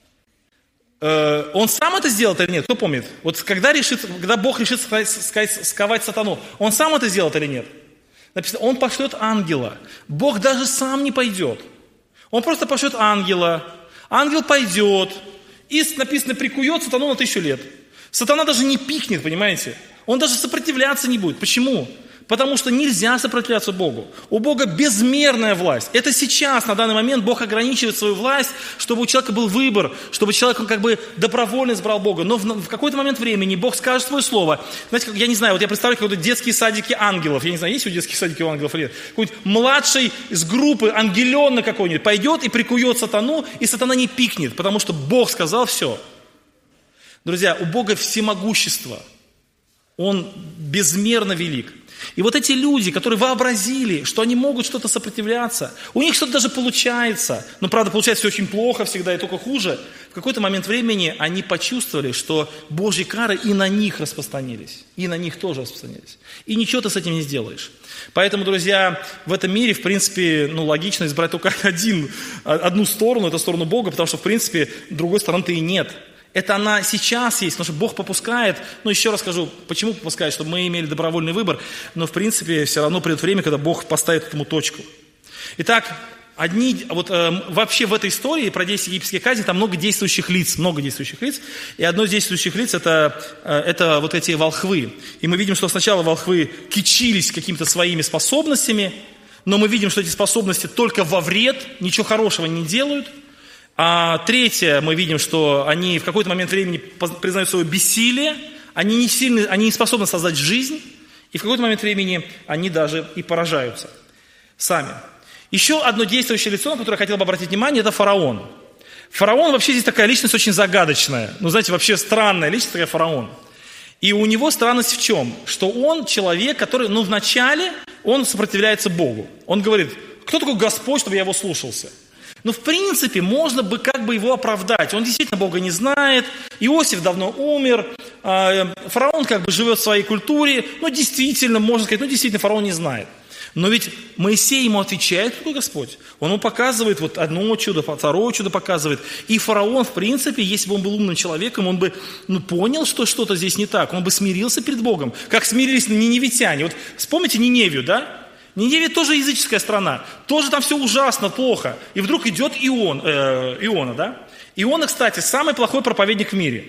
Он сам это сделает или нет? Кто помнит? Когда Бог решит сковать сатану, он сам это сделает или нет? Написано, он пошлет ангела. Бог даже сам не пойдет. Он просто пошлет ангела. Ангел пойдет и, написано, прикует сатану на 1000 лет. Сатана даже не пикнет, понимаете? Он даже сопротивляться не будет. Почему? Потому что нельзя сопротивляться Богу. У Бога безмерная власть. Это сейчас, на данный момент, Бог ограничивает свою власть, чтобы у человека был выбор, чтобы человек как бы добровольно избрал Бога. Но в какой-то момент времени Бог скажет свое слово. Знаете, я не знаю, вот я представляю какие-то детские садики ангелов. Я не знаю, есть у детских садиков ангелов или нет. Какой-нибудь младший из группы, ангеленок какой-нибудь, пойдет и прикует сатану, и сатана не пикнет, потому что Бог сказал все. Друзья, у Бога всемогущество. Он безмерно велик. И вот эти люди, которые вообразили, что они могут что-то сопротивляться, у них что-то даже получается, но, правда, получается все очень плохо всегда и только хуже, в какой-то момент времени они почувствовали, что Божьи кары и на них распространились, и на них тоже распространились. И ничего ты с этим не сделаешь. Поэтому, друзья, в этом мире, в принципе, логично избрать только одну сторону, это сторону Бога, потому что, в принципе, другой стороны-то и нет. Это она сейчас есть, потому что Бог попускает, еще раз скажу, почему попускает, чтобы мы имели добровольный выбор, но в принципе все равно придет время, когда Бог поставит этому точку. Итак, вообще в этой истории про 10 египетских казней там много действующих лиц, и одно из действующих лиц это вот эти волхвы. И мы видим, что сначала волхвы кичились какими-то своими способностями, но мы видим, что эти способности только во вред, ничего хорошего не делают. А третье, мы видим, что они в какой-то момент времени признают свое бессилие, они не способны создать жизнь, и в какой-то момент времени они даже и поражаются сами. Еще одно действующее лицо, на которое я хотел бы обратить внимание, это фараон. Фараон вообще здесь такая личность очень загадочная. Знаете, вообще странная личность такая фараон. И у него странность в чем? Что он человек, который, вначале он сопротивляется Богу. Он говорит, кто такой Господь, чтобы я его слушался? В принципе, можно бы как бы его оправдать. Он действительно Бога не знает. Иосиф давно умер. Фараон как бы живет в своей культуре. Действительно, можно сказать, действительно, фараон не знает. Но ведь Моисей ему отвечает, кто Господь. Он ему показывает одно чудо, второе чудо показывает. И фараон, в принципе, если бы он был умным человеком, он бы понял, что что-то здесь не так. Он бы смирился перед Богом, как смирились ниневитяне. Вспомните Ниневию, да? Ниневия тоже языческая страна, тоже там все ужасно, плохо. И вдруг идет Иона, да? Иона, кстати, самый плохой проповедник в мире.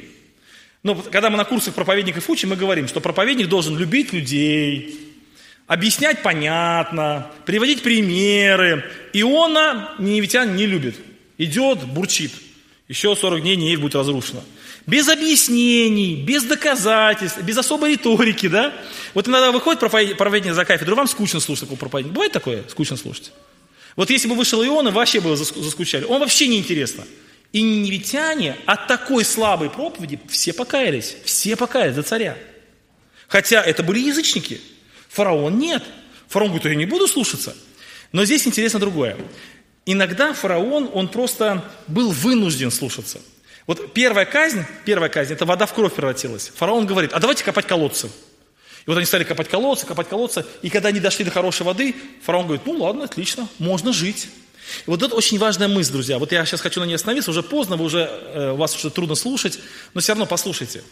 Когда мы на курсах проповедников учим, мы говорим, что проповедник должен любить людей, объяснять понятно, приводить примеры. Иона ниневитян не любит. Идет, бурчит. Еще 40 дней Ниневия будет разрушена. Без объяснений, без доказательств, без особой риторики, да? Иногда выходит проповедник за кафедру, вам скучно слушать такого проповедника. Бывает такое? Скучно слушать. Если бы вышел Иона, вообще бы заскучали. Он вообще неинтересно. И ниневитяне от такой слабой проповеди все покаялись за царя. Хотя это были язычники. Фараон нет. Фараон говорит, я не буду слушаться. Но здесь интересно другое. Иногда фараон, он просто был вынужден слушаться. Первая казнь, это вода в кровь превратилась. Фараон говорит, а давайте копать колодцы. И они стали копать колодцы, и когда они дошли до хорошей воды, фараон говорит, ладно, отлично, можно жить. И это очень важная мысль, друзья. Я сейчас хочу на ней остановиться, уже поздно, у вас уже трудно слушать, но все равно послушайте.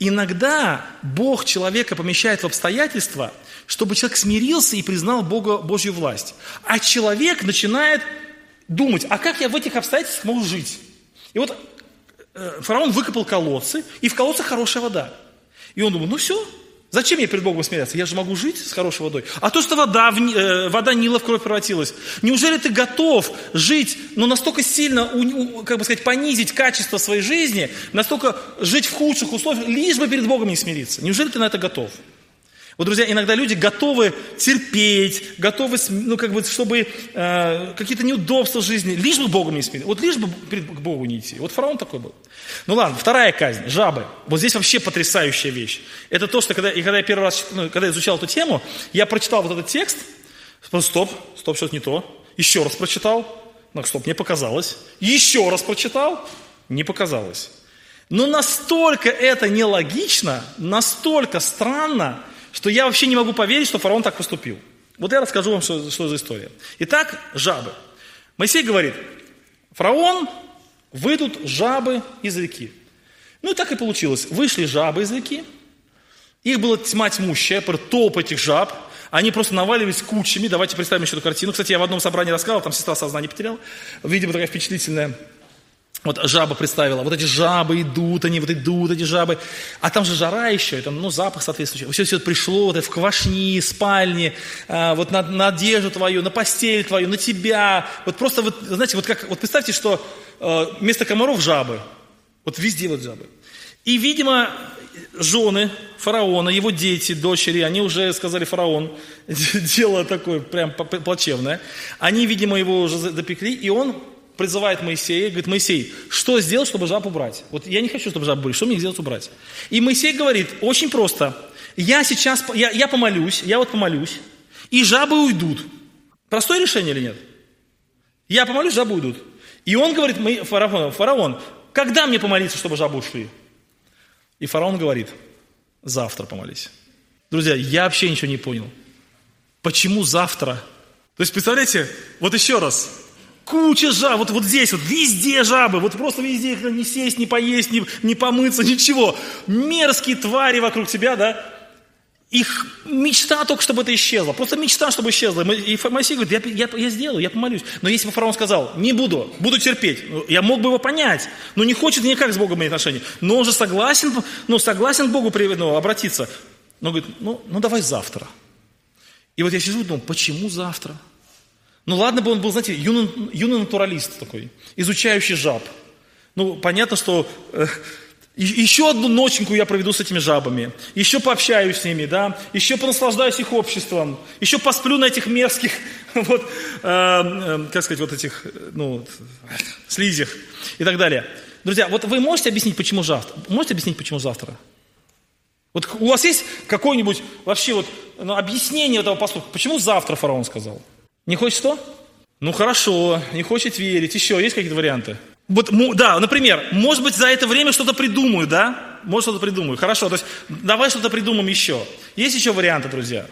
Иногда Бог человека помещает в обстоятельства, чтобы человек смирился и признал Божью власть. А человек начинает думать, а как я в этих обстоятельствах могу жить? И фараон выкопал колодцы, и в колодцах хорошая вода. И он думает, все, зачем мне перед Богом смиряться? Я же могу жить с хорошей водой. А то, что вода Нила в кровь превратилась. Неужели ты готов жить, настолько сильно, понизить качество своей жизни, настолько жить в худших условиях, лишь бы перед Богом не смириться? Неужели ты на это готов? Друзья, иногда люди готовы терпеть, готовы, чтобы какие-то неудобства в жизни, лишь бы Богом не смириться, лишь бы к Богу не идти. Фараон такой был. Ладно, вторая казнь, жабы. Здесь вообще потрясающая вещь. Это то, что когда я первый раз, когда я изучал эту тему, я прочитал этот текст, стоп, что-то не то, еще раз прочитал, стоп, мне показалось, еще раз прочитал, не показалось. Но настолько это нелогично, настолько странно, что я вообще не могу поверить, что фараон так поступил. Я расскажу вам, что за история. Итак, жабы. Моисей говорит, фараон, выйдут жабы из реки. И так и получилось. Вышли жабы из реки. Их было тьма тьмущая, толпа этих жаб. Они просто наваливались кучами. Давайте представим еще эту картину. Кстати, я в одном собрании рассказывал, там сестра сознание потеряла. Видимо, такая впечатлительная. Вот жаба представила, вот эти жабы идут, эти жабы. А там же жара еще, и там, запах соответствующий. Все это пришло, вот в квашни, спальни, вот на одежду твою, на постель твою, на тебя. Вот просто, знаете, вот представьте, что вместо комаров жабы. Вот везде вот жабы. И, видимо, жены фараона, его дети, дочери, они уже сказали: фараон, дело такое прям плачевное. Они, видимо, его уже допекли, и он призывает Моисея, говорит: Моисей, что сделать, чтобы жаб убрать? Вот я не хочу, чтобы жаб были, что мне сделать убрать? И Моисей говорит: очень просто, я помолюсь, и жабы уйдут. Простое решение или нет? Я помолюсь, жабы уйдут. И он говорит: фараон, когда мне помолиться, чтобы жабы ушли? И фараон говорит: завтра помолись. Друзья, я вообще ничего не понял. Почему завтра? То есть, представляете, вот еще раз, куча жаб, вот здесь, вот везде жабы, вот просто везде, не сесть, не поесть, не помыться, ничего. Мерзкие твари вокруг тебя, да? Их мечта только, чтобы это исчезло. Просто мечта, чтобы исчезло. И Моисей говорит: я сделаю, я помолюсь. Но если бы фараон сказал: не буду терпеть, я мог бы его понять. Но не хочет никак с Богом иметь отношения. Но он же согласен к Богу обратиться. Но говорит: давай завтра. И вот я сижу и думаю: почему завтра? Ладно бы он был, знаете, юный натуралист такой, изучающий жаб. Понятно, что еще одну ноченьку я проведу с этими жабами, еще пообщаюсь с ними, да, еще понаслаждаюсь их обществом, еще посплю на этих мерзких, слизях и так далее. Друзья, вот вы можете объяснить, почему завтра? Можете объяснить, почему завтра? Вот у вас есть какое-нибудь вообще объяснение этого поступка? Почему завтра фараон сказал? Не хочет что? Хорошо, не хочет верить. Еще есть какие-то варианты? Да, например, может быть, за это время что-то придумаю, да? Может, что-то придумаю. Хорошо, то есть давай что-то придумаем еще. Есть еще варианты, друзья?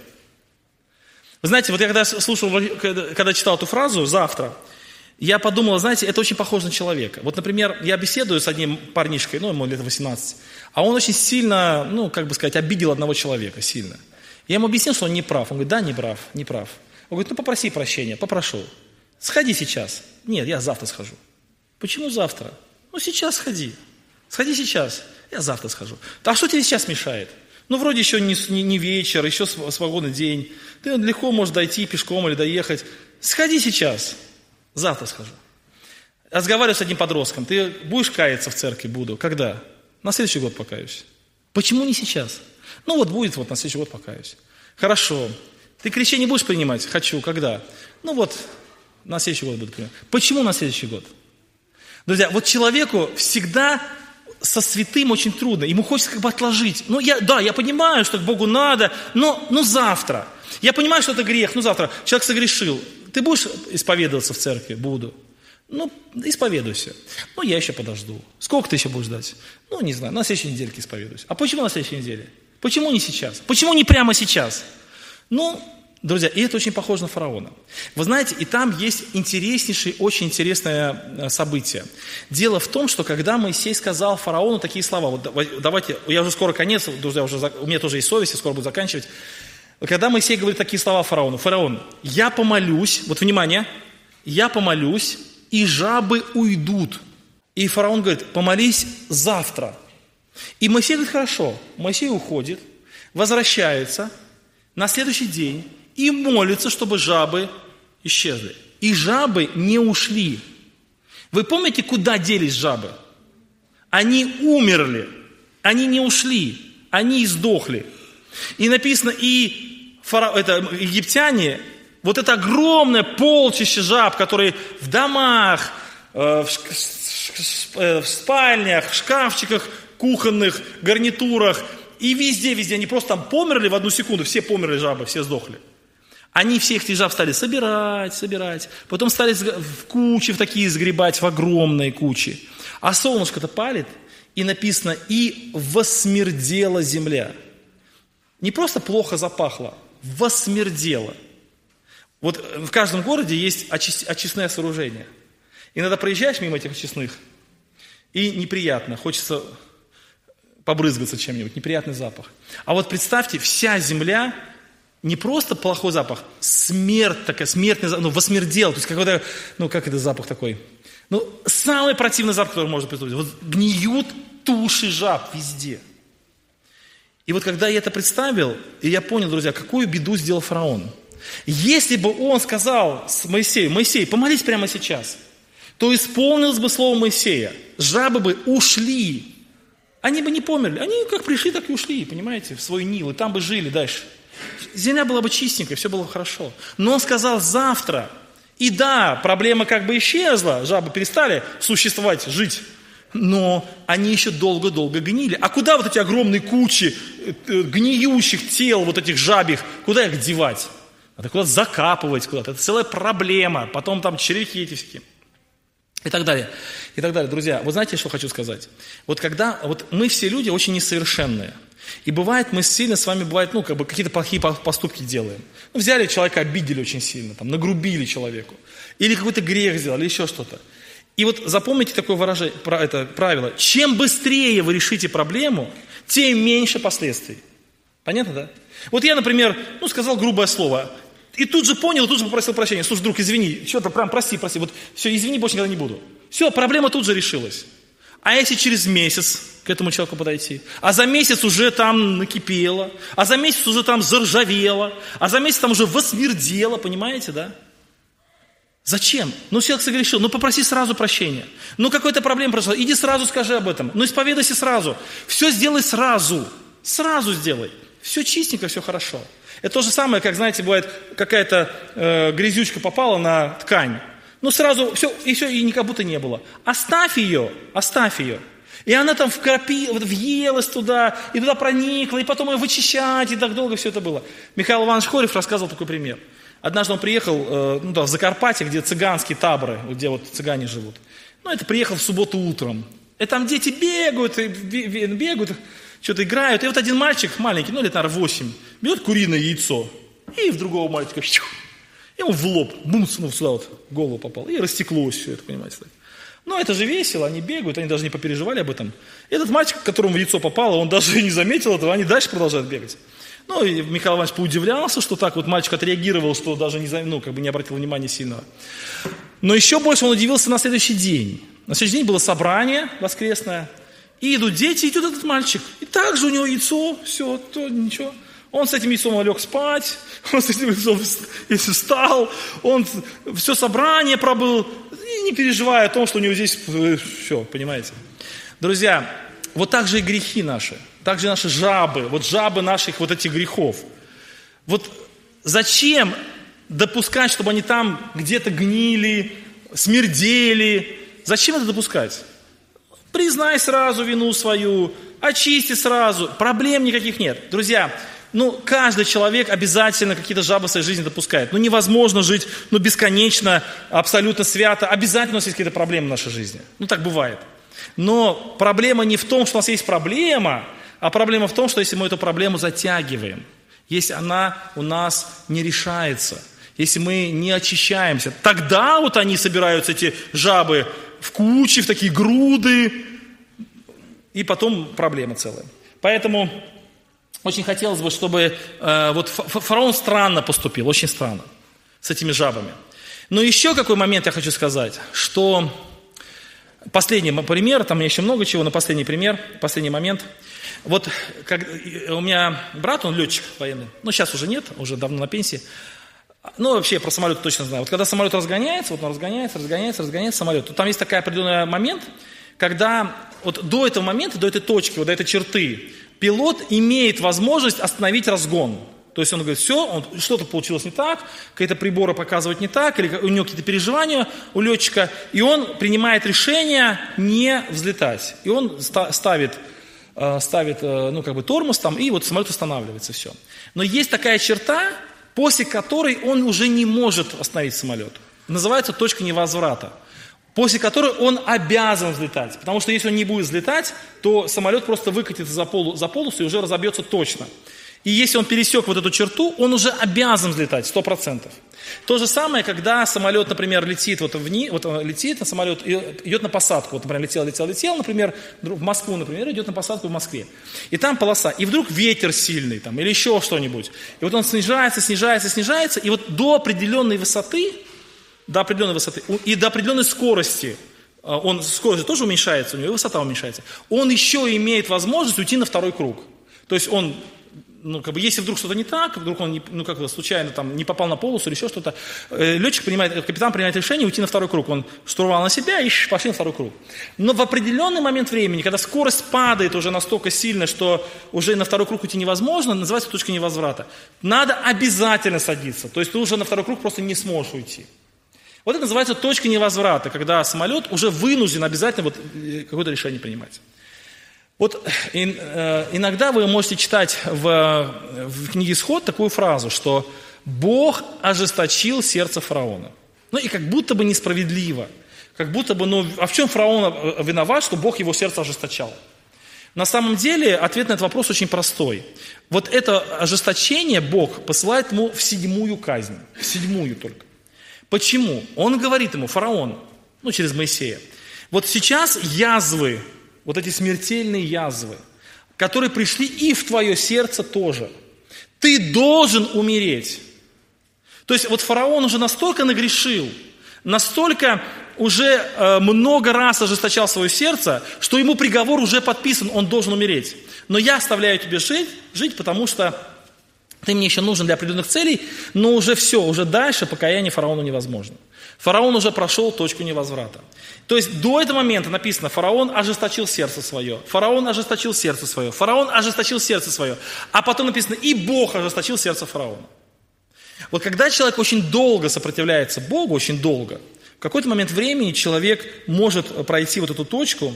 Вы знаете, вот я когда читал эту фразу «завтра», я подумал, знаете, это очень похоже на человека. Вот, например, я беседую с одним парнишкой, ему лет 18, а он очень сильно, обидел одного человека, сильно. Я ему объяснил, что он не прав. Он говорит: да, не прав. Он говорит: попроси прощения. Попрошу. Сходи сейчас. Нет, я завтра схожу. Почему завтра? Сейчас сходи. Сходи сейчас. Я завтра схожу. А что тебе сейчас мешает? Вроде еще не вечер, еще свободный день. Ты легко можешь дойти пешком или доехать. Сходи сейчас. Завтра схожу. Разговариваю с одним подростком. Ты будешь каяться в церкви? Буду. Когда? На следующий год покаюсь. Почему не сейчас? Будет на следующий год покаюсь. Хорошо. Ты крещение будешь принимать? Хочу. Когда? На следующий год буду принимать. Почему на следующий год? Друзья, человеку всегда со святым очень трудно. Ему хочется отложить. Я понимаю, что к Богу надо, но завтра. Я понимаю, что это грех, завтра. Человек согрешил. Ты будешь исповедоваться в церкви? Буду. Исповедуйся. Я еще подожду. Сколько ты еще будешь ждать? Не знаю, на следующей недельке исповедуюсь. А почему на следующей неделе? Почему не сейчас? Почему не прямо сейчас? Друзья, и это очень похоже на фараона. Вы знаете, и там есть очень интересное событие. Дело в том, что когда Моисей сказал фараону такие слова, давайте, я уже скоро конец, друзья, у меня тоже есть совесть, я скоро буду заканчивать. Когда Моисей говорит такие слова фараону: фараон, я помолюсь, внимание, я помолюсь, и жабы уйдут. И фараон говорит: помолись завтра. И Моисей говорит: хорошо. Моисей уходит, возвращается на следующий день и молится, чтобы жабы исчезли. И жабы не ушли. Вы помните, куда делись жабы? Они умерли. Они не ушли. Они издохли. И написано, египтяне, это огромное полчище жаб, которые в домах, в спальнях, в шкафчиках кухонных, гарнитурах, и везде, они просто там померли в одну секунду, все померли жабы, все сдохли. Они всех этих жаб стали собирать, потом стали в кучи в такие сгребать, в огромные кучи. А солнышко-то палит, и написано: и восмердела земля. Не просто плохо запахло, восмердела. В каждом городе есть очистное сооружение. Иногда проезжаешь мимо этих очистных, и неприятно, хочется побрызгаться чем-нибудь, неприятный запах. А представьте, вся земля, не просто плохой запах, смерть такая, смертный запах, восмердел, то есть какой-то, как это запах такой, Ну, самый противный запах, который можно представить. Вот гниют туши жаб везде. И вот когда я это представил, и я понял, друзья, какую беду сделал фараон. Если бы он сказал Моисею: Моисей, помолись прямо сейчас, то исполнилось бы слово Моисея. Жабы бы ушли. Они бы не померли. Они как пришли, так и ушли, понимаете, в свой Нил. И там бы жили дальше. Земля была бы чистенькой, все было хорошо. Но он сказал: завтра. И да, проблема как бы исчезла. Жабы перестали существовать, жить. Но они еще долго-долго гнили. А куда вот эти огромные кучи гниющих тел, вот этих жабьих, куда их девать? Надо куда-то закапывать куда-то. Это целая проблема. Потом там червяки эти всякие. И так далее. И так далее. Друзья, вот знаете, что хочу сказать? Вот мы все люди очень несовершенные. И бывает, мы сильно с вами, какие-то плохие поступки делаем. Взяли человека, обидели очень сильно, нагрубили человеку. Или какой-то грех сделали, или еще что-то. И вот запомните такое правило. Чем быстрее вы решите проблему, тем меньше последствий. Понятно, да? Вот я, например, сказал грубое слово. И тут же понял, тут же попросил прощения. Слушай, друг, извини, что-то прям прости. Вот все, извини, больше никогда не буду. Все, проблема тут же решилась. А если через месяц к этому человеку подойти? А за месяц уже там накипело, а за месяц уже там заржавело, а за месяц там уже восмердело, понимаете, да? Зачем? Человек согрешил, попроси сразу прощения. Какая-то проблема произошла, иди сразу скажи об этом. Исповедайся сразу. Все сделай сразу. Сразу сделай. Все чистенько, все хорошо. Это то же самое, как, знаете, бывает, какая-то грязючка попала на ткань. Сразу все, и как будто не было. Оставь ее. И она там въелась туда, и туда проникла, и потом ее вычищать, и так долго все это было. Михаил Иванович Хорев рассказывал такой пример. Однажды он приехал в Закарпатье, где цыганские таборы, где вот цыгане живут. Это приехал в субботу утром. И там дети бегают, что-то играют. И вот один мальчик маленький, лет, наверное, 8, берет куриное яйцо. И в другого мальчика, ему в лоб, бумс, сюда вот в голову попал. И растеклось все это, понимаете. Это же весело, они бегают, они даже не попереживали об этом. И этот мальчик, которому в яйцо попало, он даже и не заметил этого, они дальше продолжают бегать. И Михаил Иванович поудивлялся, что так вот мальчик отреагировал, что даже не обратил внимания сильного. Но еще больше он удивился на следующий день. На следующий день было собрание воскресное. И идут дети, идет этот мальчик. И также у него яйцо, все, то ничего. Он с этим яйцом лег спать, он с этим яйцом встал, он все собрание пробыл, и не переживая о том, что у него здесь все, понимаете. Друзья, вот так же и грехи наши, так же и наши жабы, жабы наших этих грехов. Зачем допускать, чтобы они там где-то гнили, смердели? Зачем это допускать? Признай сразу вину свою, очисти сразу, проблем никаких нет. Друзья, каждый человек обязательно какие-то жабы в своей жизни допускает. Невозможно жить, бесконечно, абсолютно свято. Обязательно у нас есть какие-то проблемы в нашей жизни. Так бывает. Но проблема не в том, что у нас есть проблема, а проблема в том, что если мы эту проблему затягиваем, если она у нас не решается, если мы не очищаемся, тогда они собираются, эти жабы, в кучи, в такие груды, и потом проблема целая. Поэтому очень хотелось бы, чтобы фараон странно поступил, очень странно, с этими жабами. Но еще какой момент я хочу сказать, что последний пример, там еще много чего, но последний пример, последний момент. У меня брат, он летчик военный, сейчас уже нет, уже давно на пенсии. Вообще про самолет точно знаю. Когда самолет разгоняется, он разгоняется самолет, то там есть такой определенный момент, когда до этого момента, до этой точки, до этой черты, пилот имеет возможность остановить разгон. То есть он говорит, все, что-то получилось не так, какие-то приборы показывают не так, или у него какие-то переживания у летчика, и он принимает решение не взлетать. И он ставит тормоз там, и самолет останавливается, все. Но есть такая черта, после которой он уже не может остановить самолет. Называется точка невозврата. После которой он обязан взлетать. Потому что если он не будет взлетать, то самолет просто выкатится за полосу и уже разобьется точно. И если он пересек эту черту, он уже обязан взлетать 100%. То же самое, когда самолет, например, летит летит, самолет идет на посадку. Например, летел, например, в Москву, например, идет на посадку в Москве. И там полоса, и вдруг ветер сильный, или еще что-нибудь. И он снижается, и до определенной высоты и до определенной скорости скорость тоже уменьшается, у него и высота уменьшается, он еще имеет возможность уйти на второй круг. То есть он, если вдруг что-то не так, вдруг он случайно не попал на полосу или еще что-то, капитан принимает решение уйти на второй круг. Он штурвал на себя и пошли на второй круг. Но в определенный момент времени, когда скорость падает уже настолько сильно, что уже на второй круг уйти невозможно, называется точка невозврата. Надо обязательно садиться. То есть ты уже на второй круг просто не сможешь уйти. Вот это называется точка невозврата, когда самолет уже вынужден обязательно какое-то решение принимать. Иногда вы можете читать в книге «Исход» такую фразу, что Бог ожесточил сердце фараона. И как будто бы несправедливо. Как будто бы, а в чем фараон виноват, что Бог его сердце ожесточал? На самом деле ответ на этот вопрос очень простой. Вот это ожесточение Бог посылает ему в 7-ю казнь. В 7-ю только. Почему? Он говорит ему, фараон, через Моисея, вот сейчас язвы, вот эти смертельные язвы, которые пришли и в твое сердце тоже. Ты должен умереть. То есть фараон уже настолько нагрешил, настолько уже много раз ожесточал свое сердце, что ему приговор уже подписан, он должен умереть. Но я оставляю тебе жить, потому что ты мне еще нужен для определенных целей, но уже все, уже дальше покаяние фараону невозможно. Фараон уже прошел точку невозврата. То есть до этого момента написано, фараон ожесточил сердце свое, фараон ожесточил сердце свое, фараон ожесточил сердце свое, а потом написано, и Бог ожесточил сердце фараона. Вот когда человек очень долго сопротивляется Богу, очень долго, в какой-то момент времени человек может пройти вот эту точку,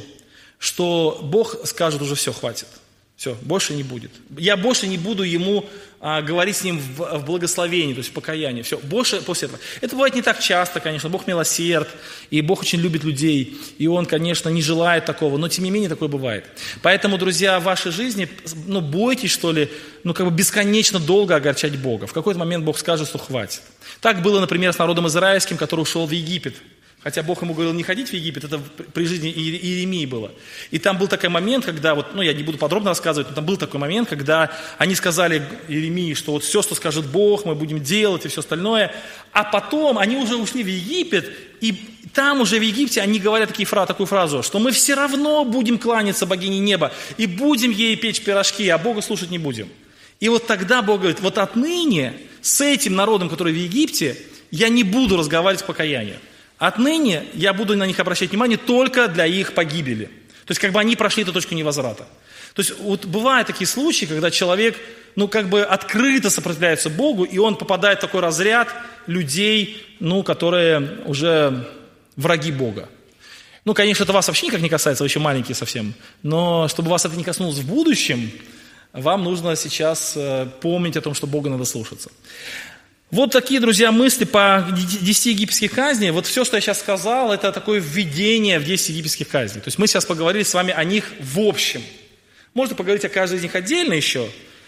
что Бог скажет, уже все, хватит. Все, больше не будет. Я больше не буду ему говорить с ним в благословении, то есть в покаянии. Все, больше после этого. Это бывает не так часто, конечно. Бог милосерд, и Бог очень любит людей. И Он, конечно, не желает такого, но тем не менее такое бывает. Поэтому, друзья, в вашей жизни, бойтесь, что ли, бесконечно долго огорчать Бога. В какой-то момент Бог скажет, что хватит. Так было, например, с народом израильским, который ушел в Египет. Хотя Бог ему говорил не ходить в Египет, это при жизни Иеремии было. И там был такой момент, когда, я не буду подробно рассказывать, но там был такой момент, когда они сказали Иеремии, что все, что скажет Бог, мы будем делать и все остальное. А потом они уже ушли в Египет, и там уже в Египте они говорят такую фразу, что мы все равно будем кланяться богине неба, и будем ей печь пирожки, а Бога слушать не будем. И тогда Бог говорит, отныне с этим народом, который в Египте, я не буду разговаривать с покаянием. Отныне я буду на них обращать внимание только для их погибели. То есть, они прошли эту точку невозврата. То есть, бывают такие случаи, когда человек, открыто сопротивляется Богу, и он попадает в такой разряд людей, которые уже враги Бога. Конечно, это вас вообще никак не касается, вы еще маленькие совсем. Но чтобы вас это не коснулось в будущем, вам нужно сейчас помнить о том, что Бога надо слушаться. Вот такие, друзья, мысли по 10 египетских казней. Все, что я сейчас сказал, это такое введение в 10 египетских казней. То есть мы сейчас поговорили с вами о них в общем. Можно поговорить о каждой из них отдельно еще,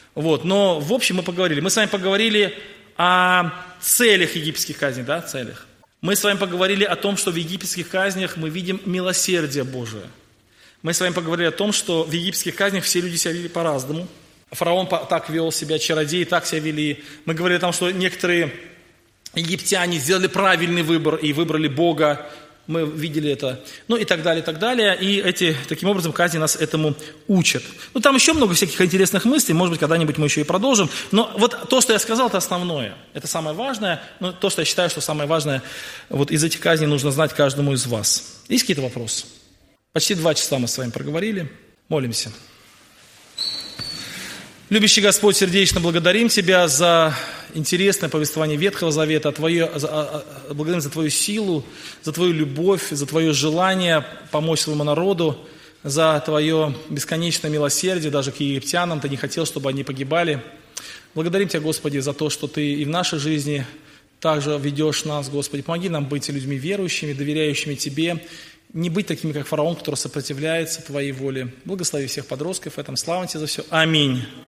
но в общем мы поговорили. Мы с вами поговорили о целях египетских казней, целях. Мы с вами поговорили о том, что в египетских казнях мы видим милосердие Божие. Мы с вами поговорили о том, что в египетских казнях все люди себя вели по-разному. Фараон так вел себя, чародеи так себя вели. Мы говорили о том, что некоторые египтяне сделали правильный выбор и выбрали Бога. Мы видели это. И так далее, и так далее. И таким образом казни нас этому учат. Там еще много всяких интересных мыслей. Может быть, когда-нибудь мы еще и продолжим. Но то, что я сказал, это основное. Это самое важное. Но то, что я считаю, что самое важное из этих казней нужно знать каждому из вас. Есть какие-то вопросы? Почти 2 часа мы с вами проговорили. Молимся. Любящий Господь, сердечно благодарим Тебя за интересное повествование Ветхого Завета, благодарим за Твою силу, за Твою любовь, за Твое желание помочь своему народу, за Твое бесконечное милосердие даже к египтянам. Ты не хотел, чтобы они погибали. Благодарим Тебя, Господи, за то, что Ты и в нашей жизни также ведешь нас, Господи. Помоги нам быть людьми верующими, доверяющими Тебе, не быть такими, как фараон, который сопротивляется Твоей воле. Благослови всех подростков в этом. Слава Тебе за все. Аминь.